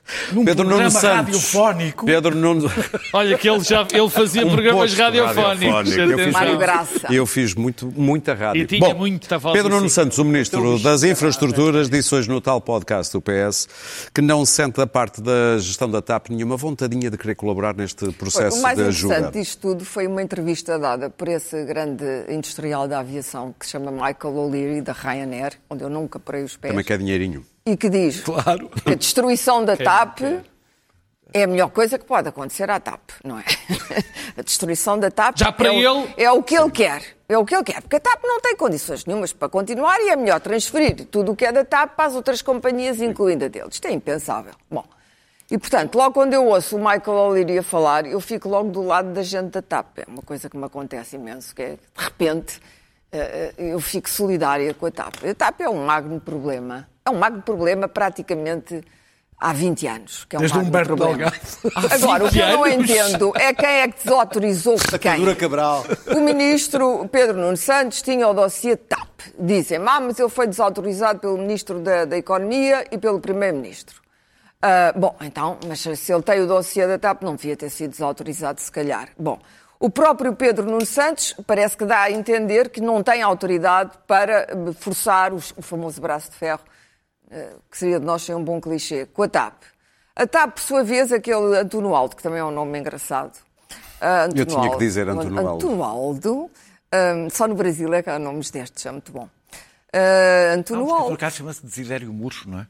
S4: Num
S1: Pedro
S4: programa
S1: Nuno Santos.
S4: radiofónico.
S1: Pedro Nuno...
S4: Olha que ele já ele fazia
S1: um
S4: programas radiofónicos.
S1: radiofónico. Eu fiz,
S5: Mário Graça.
S1: eu fiz muito, muita rádio.
S4: E tinha
S1: Bom,
S4: muita voz
S1: Pedro Nuno
S4: assim.
S1: Santos, o Ministro das Infraestruturas, disse hoje no tal podcast do P S que não sente da parte da gestão da TAP nenhuma vontadinha de querer colaborar neste processo
S5: o mais
S1: de ajuda.
S5: interessante disto tudo foi uma entrevista dada por esse grande industrial da aviação que se chama Michael O'Leary, da Ryanair, onde eu nunca parei os pés.
S1: Também quer dinheirinho.
S5: E que diz
S4: Claro.
S5: que a destruição da TAP é a melhor coisa que pode acontecer à TAP, não é? A destruição da TAP
S4: Já para
S5: é,
S4: ele...
S5: o, é o que ele quer. É o que ele quer. Porque a TAP não tem condições nenhumas para continuar e é melhor transferir tudo o que é da TAP para as outras companhias, incluindo a deles. Isto é impensável. Bom, e portanto, logo quando eu ouço o Michael O'Leary a falar, eu fico logo do lado da gente da TAP. É uma coisa que me acontece imenso, que é, de repente, eu fico solidária com a TAP. A TAP é um magno problema. É um magno problema praticamente há vinte anos. Que é um
S4: Desde
S5: magno
S4: Humberto
S5: problema.
S4: Delgado.
S5: Agora, o que eu não entendo é quem é que desautorizou quem.
S6: Dura Cabral.
S5: O ministro Pedro Nuno Santos tinha o dossiê TAP. Dizem, ah, mas ele foi desautorizado pelo ministro da, da Economia e pelo primeiro-ministro. Uh, bom, então, mas se ele tem o dossiê da TAP, não devia ter sido desautorizado, se calhar. Bom, o próprio Pedro Nuno Santos parece que dá a entender que não tem autoridade para forçar os, o famoso braço de ferro, uh, que seria de nós ser um bom clichê, com a TAP. A TAP, por sua vez, aquele António Aldo, que também é um nome engraçado. Uh,
S1: Eu tinha que dizer António Aldo.
S5: António Aldo, um, só no Brasil é que há nomes destes, é muito bom. Uh, António Aldo.
S3: Por acaso chama-se Desidério Murcho, não é?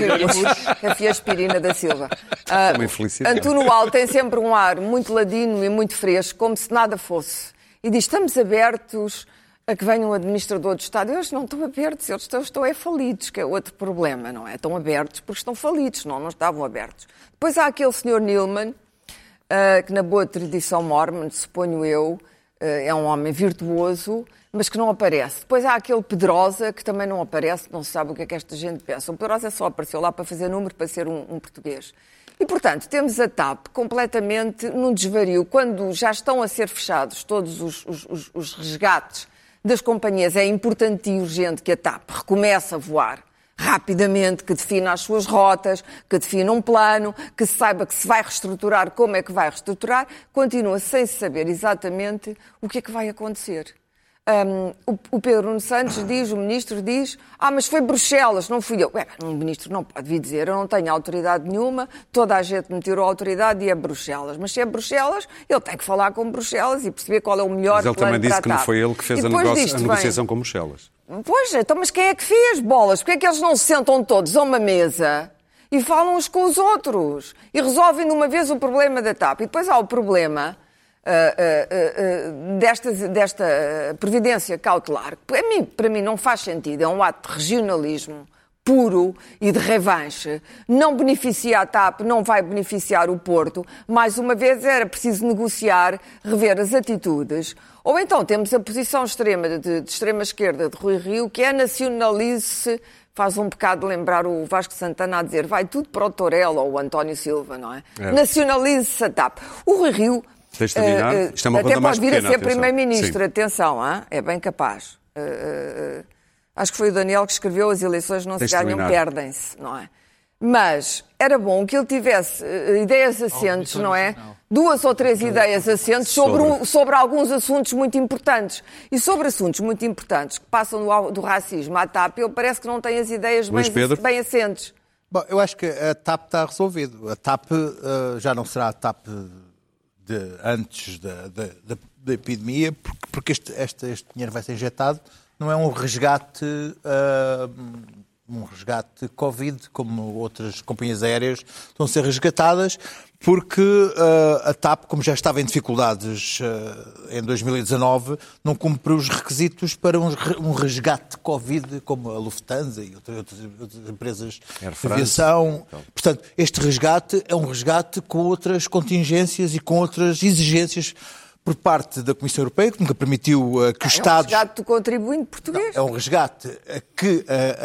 S5: A Fiaspirina da Silva.
S1: Uh, Uma infelicidade.
S5: António Aldo tem sempre um ar muito ladino e muito fresco, como se nada fosse. E diz, estamos abertos a que venha um administrador do Estado. Eles não estão abertos, eles estão, estão é falidos, que é outro problema, não é? Estão abertos porque estão falidos, não, não estavam abertos. Depois há aquele senhor Neilman, uh, que na boa tradição mormon, suponho eu, uh, é um homem virtuoso, mas que não aparece. Depois há aquele Pedrosa, que também não aparece, não se sabe o que é que esta gente pensa. O Pedrosa só apareceu lá para fazer número, para ser um, um português. E, portanto, temos a TAP completamente num desvario. Quando já estão a ser fechados todos os, os, os, os resgates das companhias, é importante e urgente que a TAP recomece a voar rapidamente, que defina as suas rotas, que defina um plano, que se saiba que se vai reestruturar, como é que vai reestruturar, continua sem se saber exatamente o que é que vai acontecer. Um, o, o Pedro Nuno Santos diz, o ministro diz, ah, mas foi Bruxelas, não fui eu. Ué, um ministro não pode vir dizer, eu não tenho autoridade nenhuma, toda a gente me tirou a autoridade e é Bruxelas. Mas se é Bruxelas, ele tem que falar com Bruxelas e perceber qual é o melhor plano para a TAP.
S1: Mas ele também disse que não foi ele que fez a, negocia- a negociação com Bruxelas.
S5: Pois, então, mas quem é que fez, bolas? Porque é que eles não se sentam todos a uma mesa e falam uns com os outros e resolvem de uma vez o problema da TAP? E depois há o problema... Uh, uh, uh, desta, desta previdência cautelar, que para mim, para mim não faz sentido, é um ato de regionalismo puro e de revanche, não beneficia a TAP, não vai beneficiar o Porto, mais uma vez era preciso negociar, rever as atitudes, ou então temos a posição extrema de, de extrema esquerda de Rui Rio, que é nacionalize-se, faz um bocado lembrar o Vasco Santana a dizer, vai tudo para o Torella ou o António Silva, não é? é. Nacionalize-se a TAP. O Rui Rio
S1: Tens de terminar. Uh, uh, Isto é uma
S5: até
S1: mais
S5: pode vir
S1: pequena,
S5: a ser
S1: atenção.
S5: primeiro-ministro,
S1: Sim.
S5: atenção, hein? É bem capaz. Uh, uh, uh, acho que foi o Daniel que escreveu, as eleições não
S1: Tens
S5: se ganham, perdem-se, não é? Mas era bom que ele tivesse uh, ideias assentes, oh, não é? Não. Duas ou três ideias assentes sobre, sobre. Um, sobre alguns assuntos muito importantes. E sobre assuntos muito importantes que passam do, do racismo à TAP, ele parece que não tem as ideias bem, bem assentes.
S6: Bom, eu acho que a TAP está resolvido. A TAP uh, já não será a TAP... De, antes da, da, da, da epidemia, porque, porque este, este, este dinheiro vai ser injetado, não é um resgate, uh, um resgate Covid, como outras companhias aéreas estão a ser resgatadas, porque uh, a TAP, como já estava em dificuldades uh, em dois mil e dezanove, não cumpriu os requisitos para um, um resgate Covid, como a Lufthansa e outras, outras, outras empresas de aviação. Então. Portanto, este resgate é um resgate com outras contingências e com outras exigências por parte da Comissão Europeia, que nunca permitiu uh, que os Estados...
S5: É um resgate do contribuinte português.
S6: Não, é um resgate que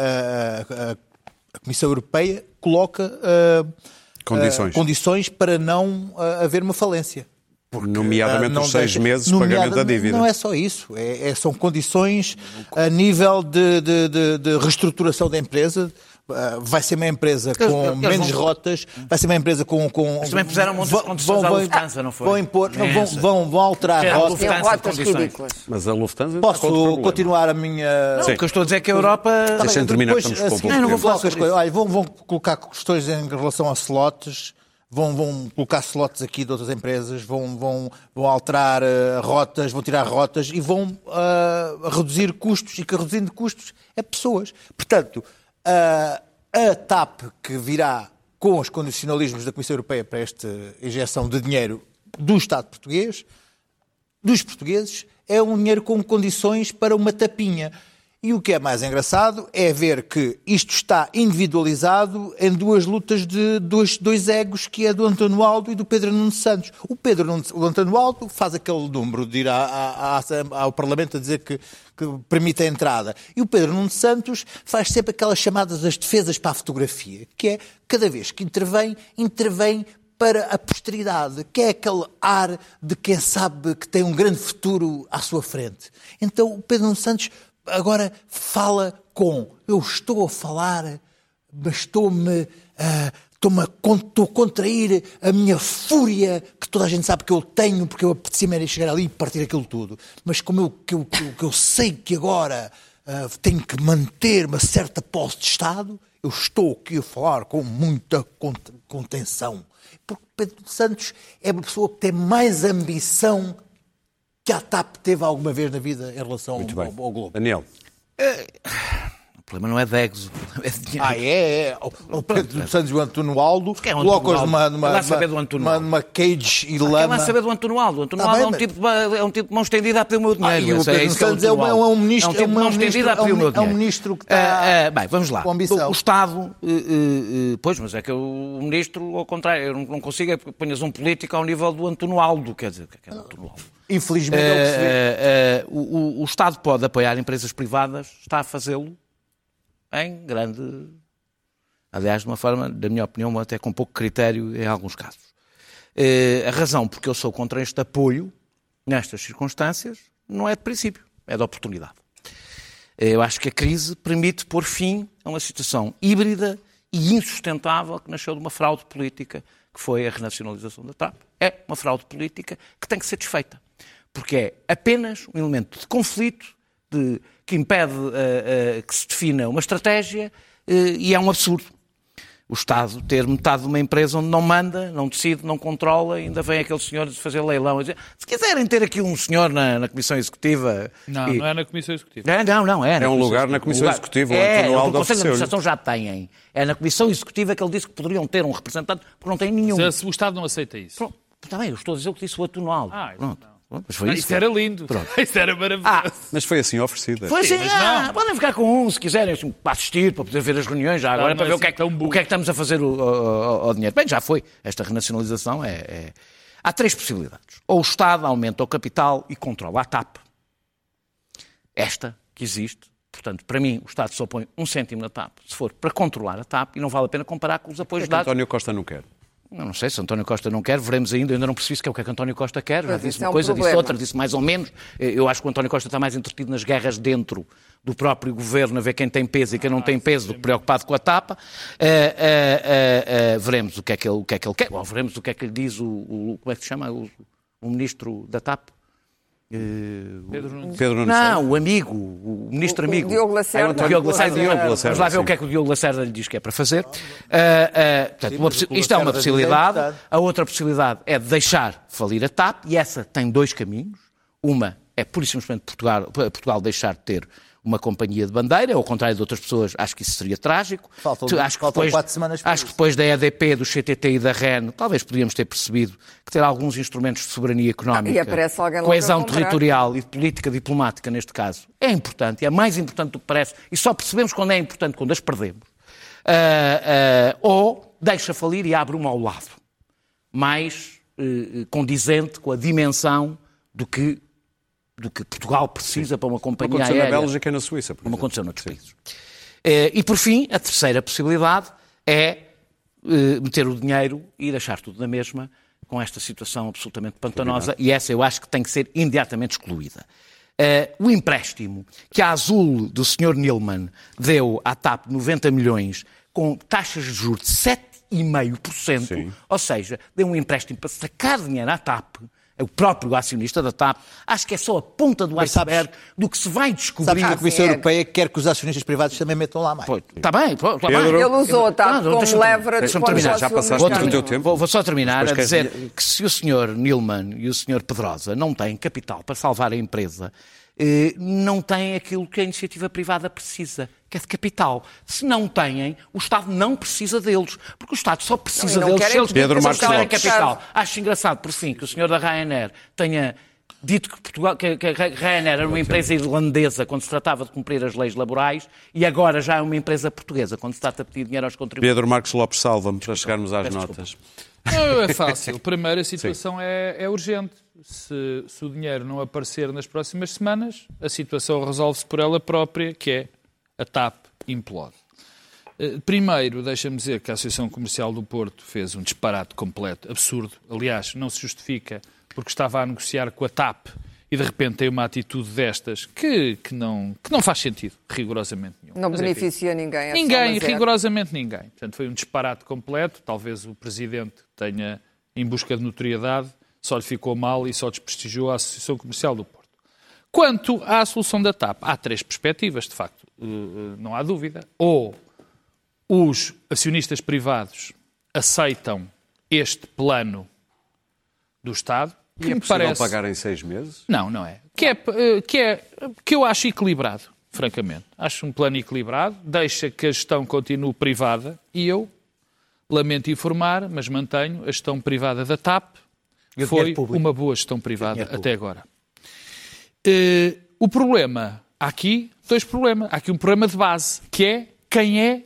S6: a, a, a, a Comissão Europeia coloca... Uh,
S1: Condições.
S6: Uh, condições para não uh, haver uma falência.
S1: Porque, nomeadamente uh, os seis deixa, meses de pagamento da dívida.
S6: Não é só isso. É, é, são condições a nível de, de, de, de reestruturação da empresa, Uh, vai ser uma empresa com eles, eles menos vão... rotas, vai ser uma empresa com... com
S3: Eles também puseram um monte de condições à Lufthansa, não foi?
S6: Vão, impor, não, vão, vão, vão alterar
S3: a
S6: rotas.
S5: Tem rotas ridículas.
S1: Mas a Lufthansa...
S6: Posso continuar a minha...
S3: Não, o que eu estou a dizer é que a Europa...
S1: Deixem terminar,
S6: depois,
S1: estamos com
S6: assim, não, não vou falar coisas. Olha, vão, vão colocar questões em relação a slots, vão, vão colocar slots aqui de outras empresas, vão, vão, vão alterar uh, rotas, vão tirar rotas e vão uh, reduzir custos, e que reduzindo custos é pessoas. Portanto... Uh, a TAP que virá com os condicionalismos da Comissão Europeia para esta injeção de dinheiro do Estado português, dos portugueses, é um dinheiro com condições para uma tapinha. E o que é mais engraçado é ver que isto está individualizado em duas lutas de dois, dois egos, que é do António Aldo e do Pedro Nuno Santos. O Pedro Nuno, o António Aldo faz aquele número de ir à, à, à, ao Parlamento a dizer que, que permite a entrada. E o Pedro Nuno Santos faz sempre aquelas chamadas das defesas para a fotografia, que é, cada vez que intervém, intervém para a posteridade, que é aquele ar de quem sabe que tem um grande futuro à sua frente. Então o Pedro Nuno Santos agora fala com, eu estou a falar, mas estou-me, uh, estou-me a, estou a contrair a minha fúria, que toda a gente sabe que eu tenho, porque eu apetecia-me era chegar ali e partir aquilo tudo. Mas como eu, que eu, que eu, que eu sei que agora uh, tenho que manter uma certa posse de Estado, eu estou aqui a falar com muita contenção. Porque Pedro Santos é uma pessoa que tem mais ambição que a TAP teve alguma vez na vida em relação ao, ao, ao Globo.
S1: Daniel.
S3: É, o problema não é de egos, é de dinheiro.
S6: Ah, é? é. O Pedro Santos e o António Aldo
S3: é
S6: colocam-os numa, numa,
S3: numa,
S6: numa cage e lama.
S3: Quer lá saber do António Aldo? O António Aldo é, um tipo de, é um tipo de mão estendida a pedir o meu dinheiro. Ah,
S6: e o Pedro é Santos é, é, um, é um ministro, é um tipo de mão estendida a pedir o meu dinheiro. É um ministro que está
S3: uh, uh, bem, vamos lá.
S6: com ambição.
S3: O, o Estado, uh, uh, uh, pois, mas é que o ministro, ao contrário, eu não, não consigo, é porque ponhas um político ao nível do António Aldo, quer dizer, o que é que é o António Aldo?
S6: Infelizmente é o que se vê.
S3: Uh, uh, uh, o, o Estado pode apoiar empresas privadas, está a fazê-lo em grande... Aliás, de uma forma, da minha opinião, até com pouco critério em alguns casos. Uh, a razão porque eu sou contra este apoio, nestas circunstâncias, não é de princípio, é de oportunidade. Uh, eu acho que a crise permite pôr fim a uma situação híbrida e insustentável que nasceu de uma fraude política, que foi a renacionalização da TAP. É uma fraude política que tem que ser desfeita. Porque é apenas um elemento de conflito de, que impede uh, uh, que se defina uma estratégia uh, e é um absurdo. O Estado ter metade de uma empresa onde não manda, não decide, não controla, ainda vem aquele senhor de fazer leilão. Dizer, se quiserem ter aqui um senhor na, na Comissão Executiva...
S4: Não,
S3: e...
S4: não é na Comissão Executiva.
S3: É, não, não, é.
S1: É um lugar na Comissão Executiva.
S3: É, o Conselho de Administração já têm. É na Comissão Executiva que ele disse que poderiam ter um representante, porque não tem nenhum.
S4: Mas o Estado não aceita isso.
S3: Pronto, está bem, eu estou a dizer o que disse o António Aldo.
S4: Ah,
S3: Pronto. Pronto, mas
S4: foi isso, isso era lindo. Pronto. Isso era maravilhoso. Ah,
S1: mas foi assim oferecida.
S3: Foi assim, ah, podem ficar com um se quiserem, assim, para assistir, para poder ver as reuniões, já agora, não, para ver assim, o, que é, o que é que estamos a fazer ao dinheiro. Bem, já foi. Esta renacionalização é, é... Há três possibilidades. Ou o Estado aumenta o capital e controla a TAP. Esta que existe. Portanto, para mim, o Estado só põe um cêntimo na TAP, se for para controlar a TAP, e não vale a pena comparar com os apoios
S1: é
S3: dados.
S1: António Costa não quer.
S3: Não, não sei se António Costa não quer, veremos ainda, eu ainda não percebi se é o que é que António Costa quer, já
S5: mas
S3: disse
S5: uma
S3: uma coisa,
S5: é um
S3: disse outra, disse mais ou menos. Eu acho que o António Costa está mais entretido nas guerras dentro do próprio governo, a ver quem tem peso e quem não tem peso, do que preocupado com a tapa. Uh, uh, uh, uh, veremos o que, é que ele, o que é que ele quer, ou veremos o que é que lhe diz o, o como é que se chama, o, o ministro da TAP. Uh,
S4: Pedro Nunes.
S1: Pedro Nunes.
S3: Não, o amigo, o ministro
S5: o,
S3: amigo.
S5: O Diogo Lacerda.
S3: O Diogo Lacerda.
S1: Diogo Lacerda.
S3: Vamos lá ver
S1: sim.
S3: o que é que o Diogo Lacerda lhe diz que é para fazer. Uh, uh, portanto, uma, isto é uma possibilidade. A outra possibilidade é deixar falir a TAP, e essa tem dois caminhos. Uma é, pura e simplesmente, Portugal, Portugal deixar de ter uma companhia de bandeira, ao contrário de outras pessoas, acho que isso seria trágico.
S6: Faltam,
S3: acho que
S6: faltam
S3: depois,
S6: quatro semanas para
S3: Acho
S6: isso.
S3: que depois da E D P, do C T T e da R E N, talvez podíamos ter percebido que ter alguns instrumentos de soberania económica,
S5: ah, e aparece alguém lá
S3: coesão
S5: para comprar.
S3: territorial e de política diplomática, neste caso, é importante, e é mais importante do que parece, e só percebemos quando é importante, quando as perdemos. Uh, uh, ou deixa falir e abre uma ao lado, mais uh, condizente com a dimensão do que do que Portugal precisa Sim. para uma companhia aérea.
S1: Aconteceu na Bélgica e na Suíça, por
S3: Como aconteceu noutros Sim. países. E, por fim, a terceira possibilidade é meter o dinheiro e deixar tudo na mesma, com esta situação absolutamente pantanosa, e essa eu acho que tem que ser imediatamente excluída. Uh, o empréstimo que a Azul do senhor Nilman deu à TAP noventa milhões com taxas de juros de sete vírgula cinco por cento, Sim. ou seja, deu um empréstimo para sacar dinheiro à TAP, o próprio acionista da TAP, acho que é só a ponta do iceberg do que se vai descobrir.
S6: Sabes que a Comissão Europeia quer que os acionistas privados também metam lá mais.
S3: Está bem, está bem.
S5: Ele usou a TAP como leverage.
S3: Deixa-me terminar,
S1: já passaste
S3: o
S1: teu tempo.
S3: Vou, vou só terminar a dizer que se o senhor Nilman e o senhor Pedrosa não têm capital para salvar a empresa, não têm aquilo que a iniciativa privada precisa, que é de capital. Se não têm, o Estado não precisa deles, porque o Estado só precisa
S5: não, não
S3: deles se eles
S1: tiverem
S3: capital. Acho engraçado, por fim, que o senhor da Ryanair tenha dito que, Portugal, que, que a Ryanair era uma empresa irlandesa quando se tratava de cumprir as leis laborais e agora já é uma empresa portuguesa quando se trata de pedir dinheiro aos contribuintes.
S1: Pedro Marcos Lopes, salva-me para chegarmos às notas.
S4: Não, é fácil. Primeiro, a situação é, é urgente. Se, se o dinheiro não aparecer nas próximas semanas, a situação resolve-se por ela própria, que é a TAP implode. Primeiro, deixa-me dizer que a Associação Comercial do Porto fez um disparate completo, absurdo. Aliás, não se justifica porque estava a negociar com a TAP e de repente tem uma atitude destas que, que, não, que não faz sentido, rigorosamente nenhum.
S5: Não Mas, beneficia enfim, ninguém. É
S4: ninguém, rigorosamente ninguém. Portanto, foi um disparate completo. Talvez o Presidente tenha, em busca de notoriedade, só lhe ficou mal e só desprestigiou a Associação Comercial do Porto. Quanto à solução da TAP, há três perspectivas, de facto, não há dúvida. Ou os acionistas privados aceitam este plano do Estado, que
S1: e é
S4: me
S1: possível
S4: parece...
S1: pagar em seis meses?
S4: Não, não é. Que, é, que é. que eu acho equilibrado, francamente. Acho um plano equilibrado, deixa que a gestão continue privada e eu, lamento informar, mas mantenho a gestão privada da TAP. Foi uma boa gestão privada até agora. Uh, o problema, há aqui dois problemas. Há aqui um problema de base, que é quem é,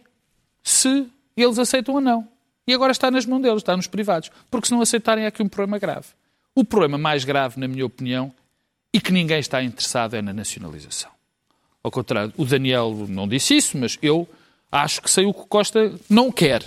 S4: se eles aceitam ou não. E agora está nas mãos deles, está nos privados. Porque se não aceitarem, há aqui um problema grave. O problema mais grave, na minha opinião, e que ninguém está interessado, é na nacionalização. Ao contrário, o Daniel não disse isso, mas eu acho que sei o que Costa não quer.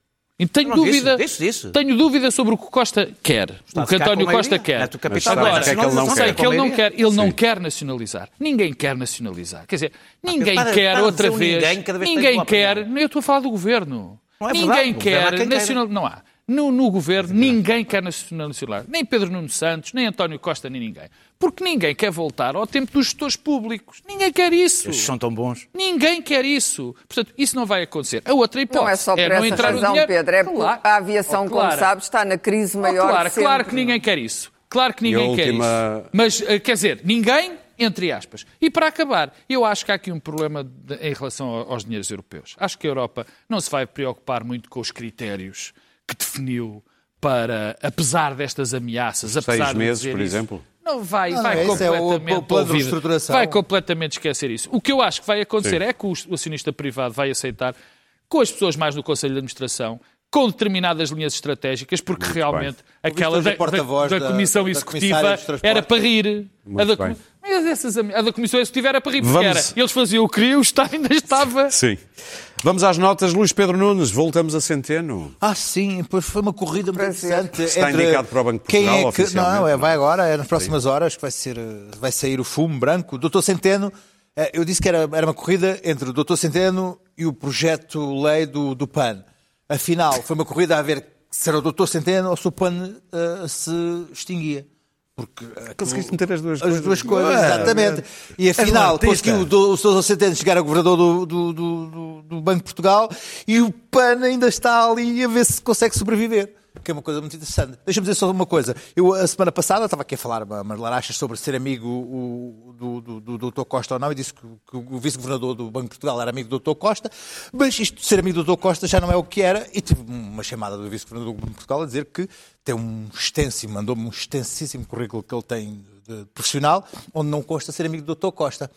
S4: E tenho não, dúvida, disse, disse, disse. tenho dúvida sobre o que Costa quer, Está o que António Costa quer. É
S1: Agora, que é que ele não
S4: sei
S1: quer.
S4: que ele não quer, ele Sim. não quer nacionalizar. Ninguém quer nacionalizar. Quer dizer, ninguém para, quer para outra vez. Ninguém, vez ninguém quer. Eu estou a falar do governo. Não é ninguém verdade, quer nacionalizar. Não há. No, no governo, ninguém quer nacionalizar. Nem Pedro Nuno Santos, nem António Costa, nem ninguém. Porque ninguém quer voltar ao tempo dos gestores públicos. Ninguém quer isso.
S3: Esses são tão bons.
S4: Ninguém quer isso. Portanto, isso não vai acontecer. A outra hipótese
S5: não é só por
S4: é
S5: essa
S4: não entrar
S5: razão,
S4: no dinheiro.
S5: Pedro. É porque claro. a aviação, oh, claro. como sabes, está na crise maior
S4: oh, claro,
S5: de sempre.
S4: Claro que ninguém quer isso. Claro que ninguém quer última... isso. Mas, quer dizer, ninguém, entre aspas. E para acabar, eu acho que há aqui um problema de, em relação aos dinheiros europeus. Acho que a Europa não se vai preocupar muito com os critérios que definiu para, apesar destas ameaças,
S1: Seis
S4: apesar
S1: meses,
S4: de
S1: por
S4: isso,
S1: exemplo?
S4: Não, vai, não, vai, completamente
S6: é o plano de reestruturação.
S4: vai completamente esquecer isso. O que eu acho que vai acontecer Sim. é que o acionista privado vai aceitar, com as pessoas mais no Conselho de Administração, com determinadas linhas estratégicas, porque Muito realmente bem. aquela da, da, da, da Comissão Executiva era para rir. A da, mas essas, a da Comissão Executiva era para rir, porque Vamos... era. Eles faziam o que queriam, o Estado ainda estava...
S1: Sim. Vamos às notas. Luís Pedro Nunes, voltamos a Centeno.
S6: Ah, sim, pois foi uma corrida muito interessante.
S1: Está entre... indicado para o Banco de Portugal,
S6: Quem é que...
S1: oficialmente?
S6: Não, é, vai agora, é nas próximas sim. horas que vai, ser, vai sair o fumo branco. O doutor Centeno, eu disse que era, era uma corrida entre o doutor Centeno e o projeto-lei do, do P A N. Afinal, foi uma corrida a ver se era o doutor Centeno ou se o P A N uh, se extinguia. Porque
S1: conseguiste meter as duas
S6: as
S1: coisas.
S6: duas coisas, é, exatamente. E afinal, conseguiu o doutor Centeno chegar a governador do, do, do, do Banco de Portugal e o P A N ainda está ali a ver se consegue sobreviver. Que é uma coisa muito interessante. Deixa-me dizer só uma coisa. Eu, a semana passada, estava aqui a falar umas larachas sobre ser amigo o, do, do, do doutor Costa ou não, e disse que, que o vice-governador do Banco de Portugal era amigo do doutor Costa, mas isto de ser amigo do doutor Costa já não é o que era, e tive uma chamada do vice-governador do Banco de Portugal a dizer que tem um extenso, mandou-me um extensíssimo currículo que ele tem de profissional, onde não consta ser amigo do doutor Costa.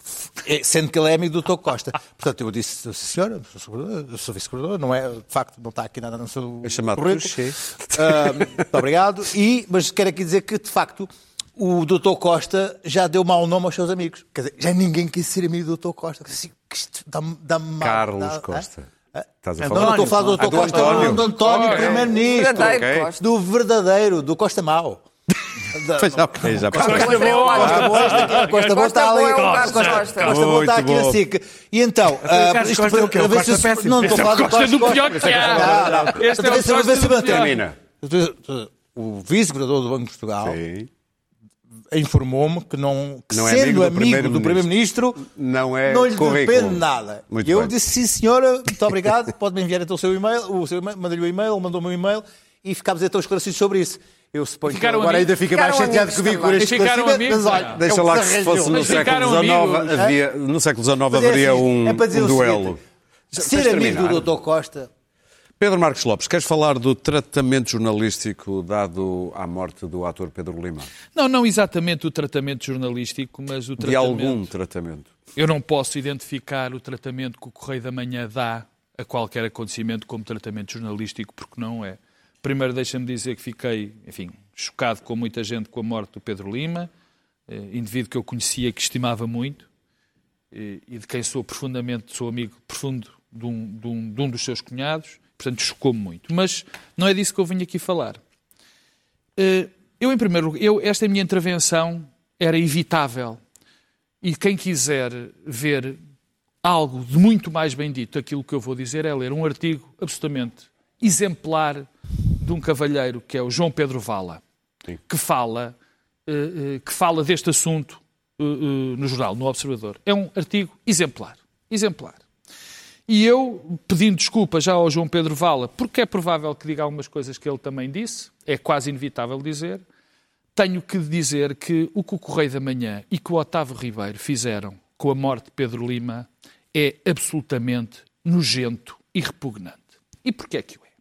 S6: Sendo que ele é amigo do doutor Costa. Portanto, eu disse, senhora, eu sou vice-governador, não é, de facto, não está aqui nada no seu
S1: é chamado
S6: currículo. Uh, muito obrigado. E, mas quero aqui dizer que, de facto, o doutor Costa já deu mau nome aos seus amigos. Quer dizer, já ninguém quis ser amigo do doutor Costa. Isto dá-me dá mal.
S1: Carlos
S6: dá,
S1: Costa.
S6: É?
S1: Estás a
S6: não,
S1: falar?
S6: não estou a falar do doutor
S1: ah, do
S6: Costa,
S1: António.
S6: não, do António,
S1: okay.
S6: primeiro-ministro.
S5: Okay.
S6: Do verdadeiro, do Costa Mau.
S1: Já, okay, já
S6: Costa Boa, Costa Boa, Costa Boa está ali. Costa Boa está aqui na SIC. E então, isto para ver se não estou a falar do
S4: Costa do pior que há.
S6: Este é o Costa do
S1: Termina.
S6: O vice-governador do Banco de Portugal informou-me que, não, que
S1: não
S6: sendo
S1: é
S6: amigo do Primeiro-Ministro,
S1: não, é
S6: não lhe depende nada.
S1: Muito
S6: e eu
S1: bem.
S6: disse, sim senhora, muito obrigado, pode-me enviar então o seu e-mail, o seu e-mail, mandei-lhe o e-mail, ele mandou-me um e-mail e ficámos então esclarecidos sobre isso. Eu suponho que agora ainda fica mais chateado comigo com este esclarecimento, mas olha,
S1: deixa lá que se fosse no século dezanove, havia, no século dezanove haveria assim, um, é um duelo.
S6: Ser amigo do doutor Costa...
S1: Pedro Marcos Lopes, queres falar do tratamento jornalístico dado à morte do ator Pedro Lima?
S4: Não, não exatamente o tratamento jornalístico, mas o tratamento...
S1: De algum tratamento.
S4: Eu não posso identificar o tratamento que o Correio da Manhã dá a qualquer acontecimento como tratamento jornalístico, porque não é. Primeiro, deixa-me dizer que fiquei, enfim, chocado com muita gente com a morte do Pedro Lima, indivíduo que eu conhecia e que estimava muito, e de quem sou profundamente, sou amigo profundo de um, de um, de um dos seus cunhados. Portanto, chocou-me muito. Mas não é disso que eu vim aqui falar. Eu, em primeiro lugar, eu, esta minha intervenção era evitável. E quem quiser ver algo de muito mais bem dito, aquilo que eu vou dizer é ler um artigo absolutamente exemplar de um cavalheiro que é o João Pedro Vala, que fala, que fala deste assunto no jornal, no Observador. É um artigo exemplar. Exemplar. E eu, pedindo desculpa já ao João Pedro Vala, porque é provável que diga algumas coisas que ele também disse, é quase inevitável dizer, tenho que dizer que o que o Correio da Manhã e que o Otávio Ribeiro fizeram com a morte de Pedro Lima é absolutamente nojento e repugnante. E porquê é que o é?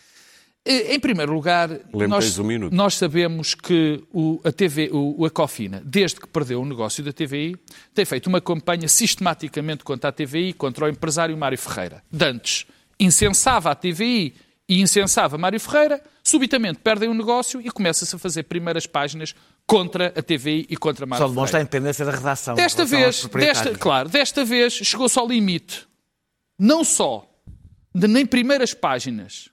S4: Em primeiro lugar, nós,
S1: um
S4: nós sabemos que o, a, T V, o, a Cofina, desde que perdeu o negócio da T V I, tem feito uma campanha sistematicamente contra a T V I, contra o empresário Mário Ferreira. Dantes incensava a T V I e incensava Mário Ferreira, subitamente perdem o negócio e começa-se a fazer primeiras páginas contra a T V I e contra Mário Ferreira.
S3: Só demonstra a independência da redação.
S4: Desta vez, desta, claro, desta vez chegou-se ao limite, não só de nem primeiras páginas,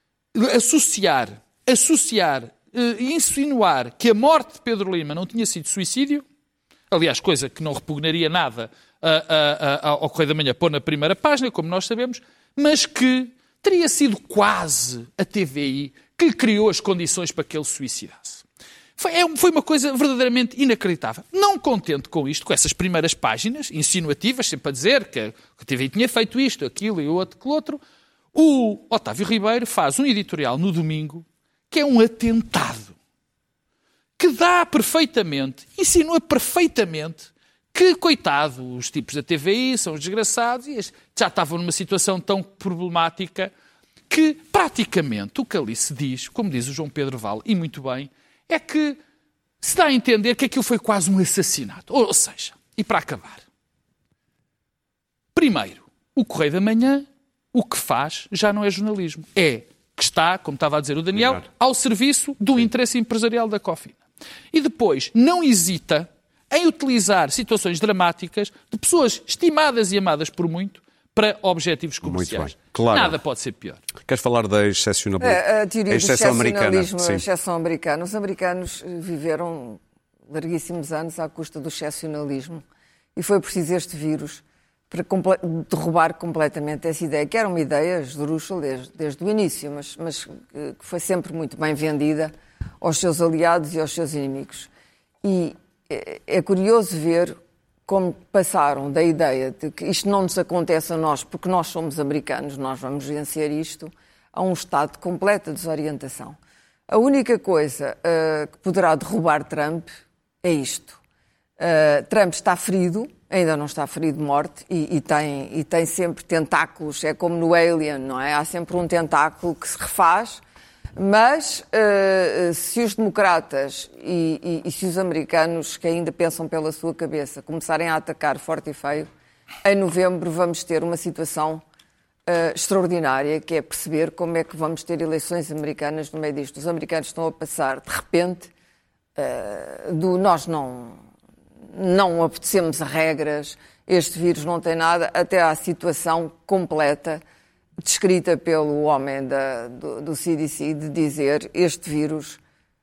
S4: associar, associar e uh, insinuar que a morte de Pedro Lima não tinha sido suicídio, aliás, coisa que não repugnaria nada uh, uh, uh, ao Correio da Manhã pôr na primeira página, como nós sabemos, mas que teria sido quase a T V I que lhe criou as condições para que ele se suicidasse. Foi, é, foi uma coisa verdadeiramente inacreditável. Não contente com isto, com essas primeiras páginas insinuativas, sempre a dizer que a T V I tinha feito isto, aquilo e o outro, aquilo outro, o Otávio Ribeiro faz um editorial no domingo que é um atentado, que dá perfeitamente, insinua perfeitamente que, coitado, os tipos da T V I são os desgraçados e já estavam numa situação tão problemática que, praticamente, o que ali se diz, como diz o João Pedro Vala, e muito bem, é que se dá a entender que aquilo foi quase um assassinato. Ou seja, e para acabar, primeiro, o Correio da Manhã o que faz já não é jornalismo. É que está, como estava a dizer o Daniel, Exato. ao serviço do Sim. interesse empresarial da Cofina. E depois não hesita em utilizar situações dramáticas de pessoas estimadas e amadas por muito para objetivos comerciais.
S1: Claro.
S4: Nada pode ser pior.
S1: Queres falar da excepcionalidade?
S5: A, a teoria do excepcionalismo, a exceção americana. Os americanos viveram larguíssimos anos à custa do excepcionalismo e foi preciso este vírus para comple- derrubar completamente essa ideia, que era uma ideia esdrúxula desde, desde o início, mas, mas que foi sempre muito bem vendida aos seus aliados e aos seus inimigos. E é, é curioso ver como passaram da ideia de que isto não nos acontece a nós porque nós somos americanos, nós vamos vencer isto, a um estado de completa desorientação. A única coisa uh, que poderá derrubar Trump é isto. Uh, Trump está ferido, ainda não está ferido de morte e, e, tem, e tem sempre tentáculos, é como no Alien, não é? Há sempre um tentáculo que se refaz, mas uh, se os democratas e, e, e se os americanos que ainda pensam pela sua cabeça começarem a atacar forte e feio, em novembro vamos ter uma situação uh, extraordinária, que é perceber como é que vamos ter eleições americanas no meio disto. Os americanos estão a passar, de repente, uh, do nós não... não obedecemos a regras, este vírus não tem nada, até à situação completa descrita pelo homem da, do, do C D C de dizer este vírus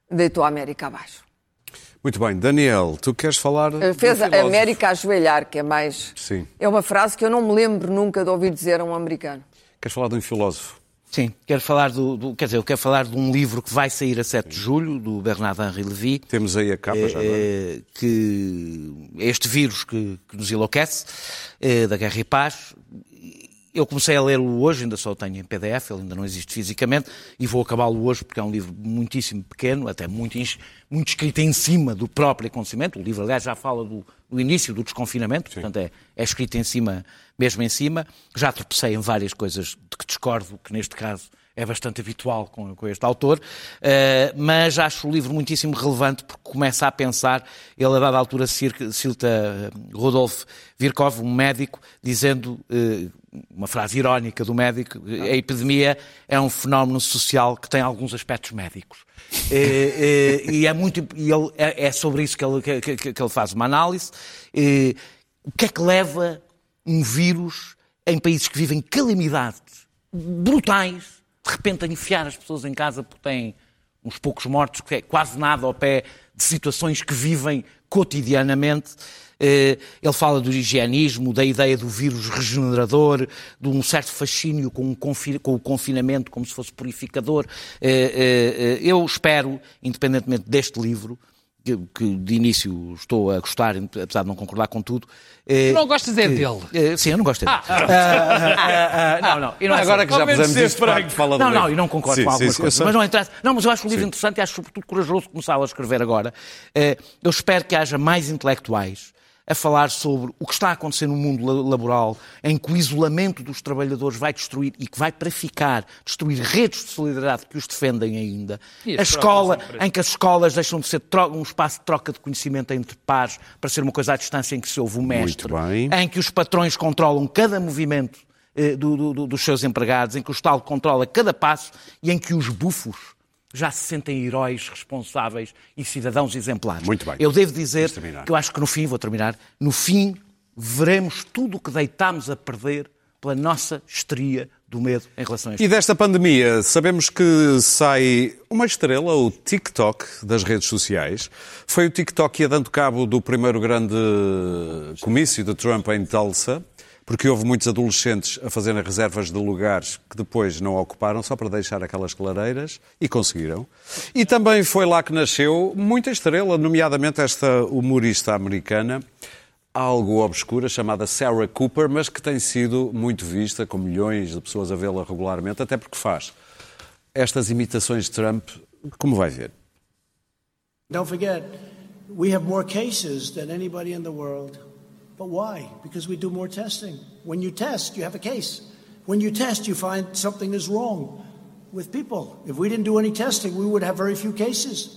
S5: deitou a América abaixo.
S1: Muito bem. Daniel, tu queres falar...
S5: Fez a América ajoelhar, que é mais...
S1: Sim.
S5: É uma frase que eu não me lembro nunca de ouvir dizer a um americano.
S1: Queres falar de um filósofo?
S3: Sim, quero falar do, do, quer dizer, eu quero falar de um livro que vai sair a sete de julho, do Bernard-Henri Lévy.
S1: Temos aí a capa
S3: é,
S1: já agora.
S3: É, que este vírus que, que nos enlouquece, é, da Guerra e Paz. Eu comecei a lê-lo hoje, ainda só o tenho em P D F, ele ainda não existe fisicamente, e vou acabá-lo hoje porque é um livro muitíssimo pequeno, até muito, muito escrito em cima do próprio acontecimento. O livro, aliás, já fala do, do início do desconfinamento, Sim. portanto é, é escrito em cima, mesmo em cima. Já tropecei em várias coisas de que discordo, que neste caso é bastante habitual com, com este autor, uh, mas acho o livro muitíssimo relevante porque começa a pensar, ele a dada altura cita Rudolf Virchow, um médico, dizendo, uh, uma frase irónica do médico, a epidemia é um fenómeno social que tem alguns aspectos médicos. uh, uh, e é, muito, e ele, é, é sobre isso que ele, que, que, que ele faz uma análise. Uh, o que é que leva um vírus em países que vivem calamidades brutais, de repente a enfiar as pessoas em casa porque têm uns poucos mortos, que é quase nada ao pé de situações que vivem cotidianamente. Ele fala do higienismo, da ideia do vírus regenerador, de um certo fascínio com, um confi- com o confinamento como se fosse purificador. Eu espero, independentemente deste livro, que de início estou a gostar, apesar de não concordar com tudo.
S4: Tu não gostas é dele?
S3: Eh, sim, eu não gosto é dele. Ah, ah, ah, ah, não, não. E não é
S1: Agora
S3: só,
S1: que já pusemos isto para falar do
S3: Não,
S1: livro.
S3: não, e não concordo
S1: sim,
S3: com algumas
S1: sim,
S3: coisas. Mas não interessa. Não, mas eu acho o livro sim. interessante e acho sobretudo corajoso começar a escrever agora. Eu espero que haja mais intelectuais a falar sobre o que está a acontecer no mundo laboral, em que o isolamento dos trabalhadores vai destruir, e que vai para ficar, destruir redes de solidariedade que os defendem ainda. A escola, em que as escolas deixam de ser um espaço de troca de conhecimento entre pares para ser uma coisa à distância em que se ouve o mestre. Em que os patrões controlam cada movimento eh, do, do, dos seus empregados, em que o Estado controla cada passo e em que os bufos já se sentem heróis responsáveis e cidadãos exemplares.
S1: Muito bem.
S3: Eu devo dizer que eu acho que no fim, vou terminar, no fim veremos tudo o que deitámos a perder pela nossa histeria do medo em relação a isto.
S1: E desta pandemia, sabemos que sai uma estrela, o TikTok, das redes sociais. Foi o TikTok que ia dando cabo do primeiro grande comício de Trump em Tulsa, porque houve muitos adolescentes a fazerem reservas de lugares que depois não ocuparam, só para deixar aquelas clareiras, e conseguiram. E também foi lá que nasceu muita estrela, nomeadamente esta humorista americana, algo obscura, chamada Sarah Cooper, mas que tem sido muito vista, com milhões de pessoas a vê-la regularmente, até porque faz estas imitações de Trump, como vai ver.
S7: Don't forget, we have more cases than anybody in the world. But why? Because we do more testing. When you test, you have a case. When you test, you find something is wrong with people. If we didn't do any testing, we would have very few cases.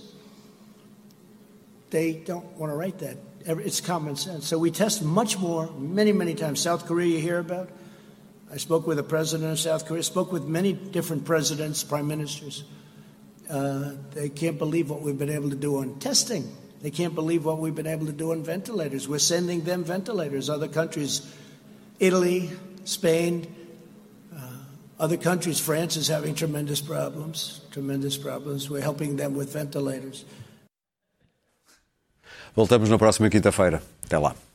S7: They don't want to write that. It's common sense. So we test much more, many, many times. South Korea, you hear about? I spoke with the president of South Korea, spoke with many different presidents, prime ministers. Uh, they can't believe what we've been able to do on testing. They can't believe what we've been able to do on ventilators. We're sending them ventilators. Other countries, Italy, Spain, uh, other countries, France is having tremendous problems, tremendous problems. We're helping them with ventilators.
S1: Voltamos na próxima quinta-feira. Até lá.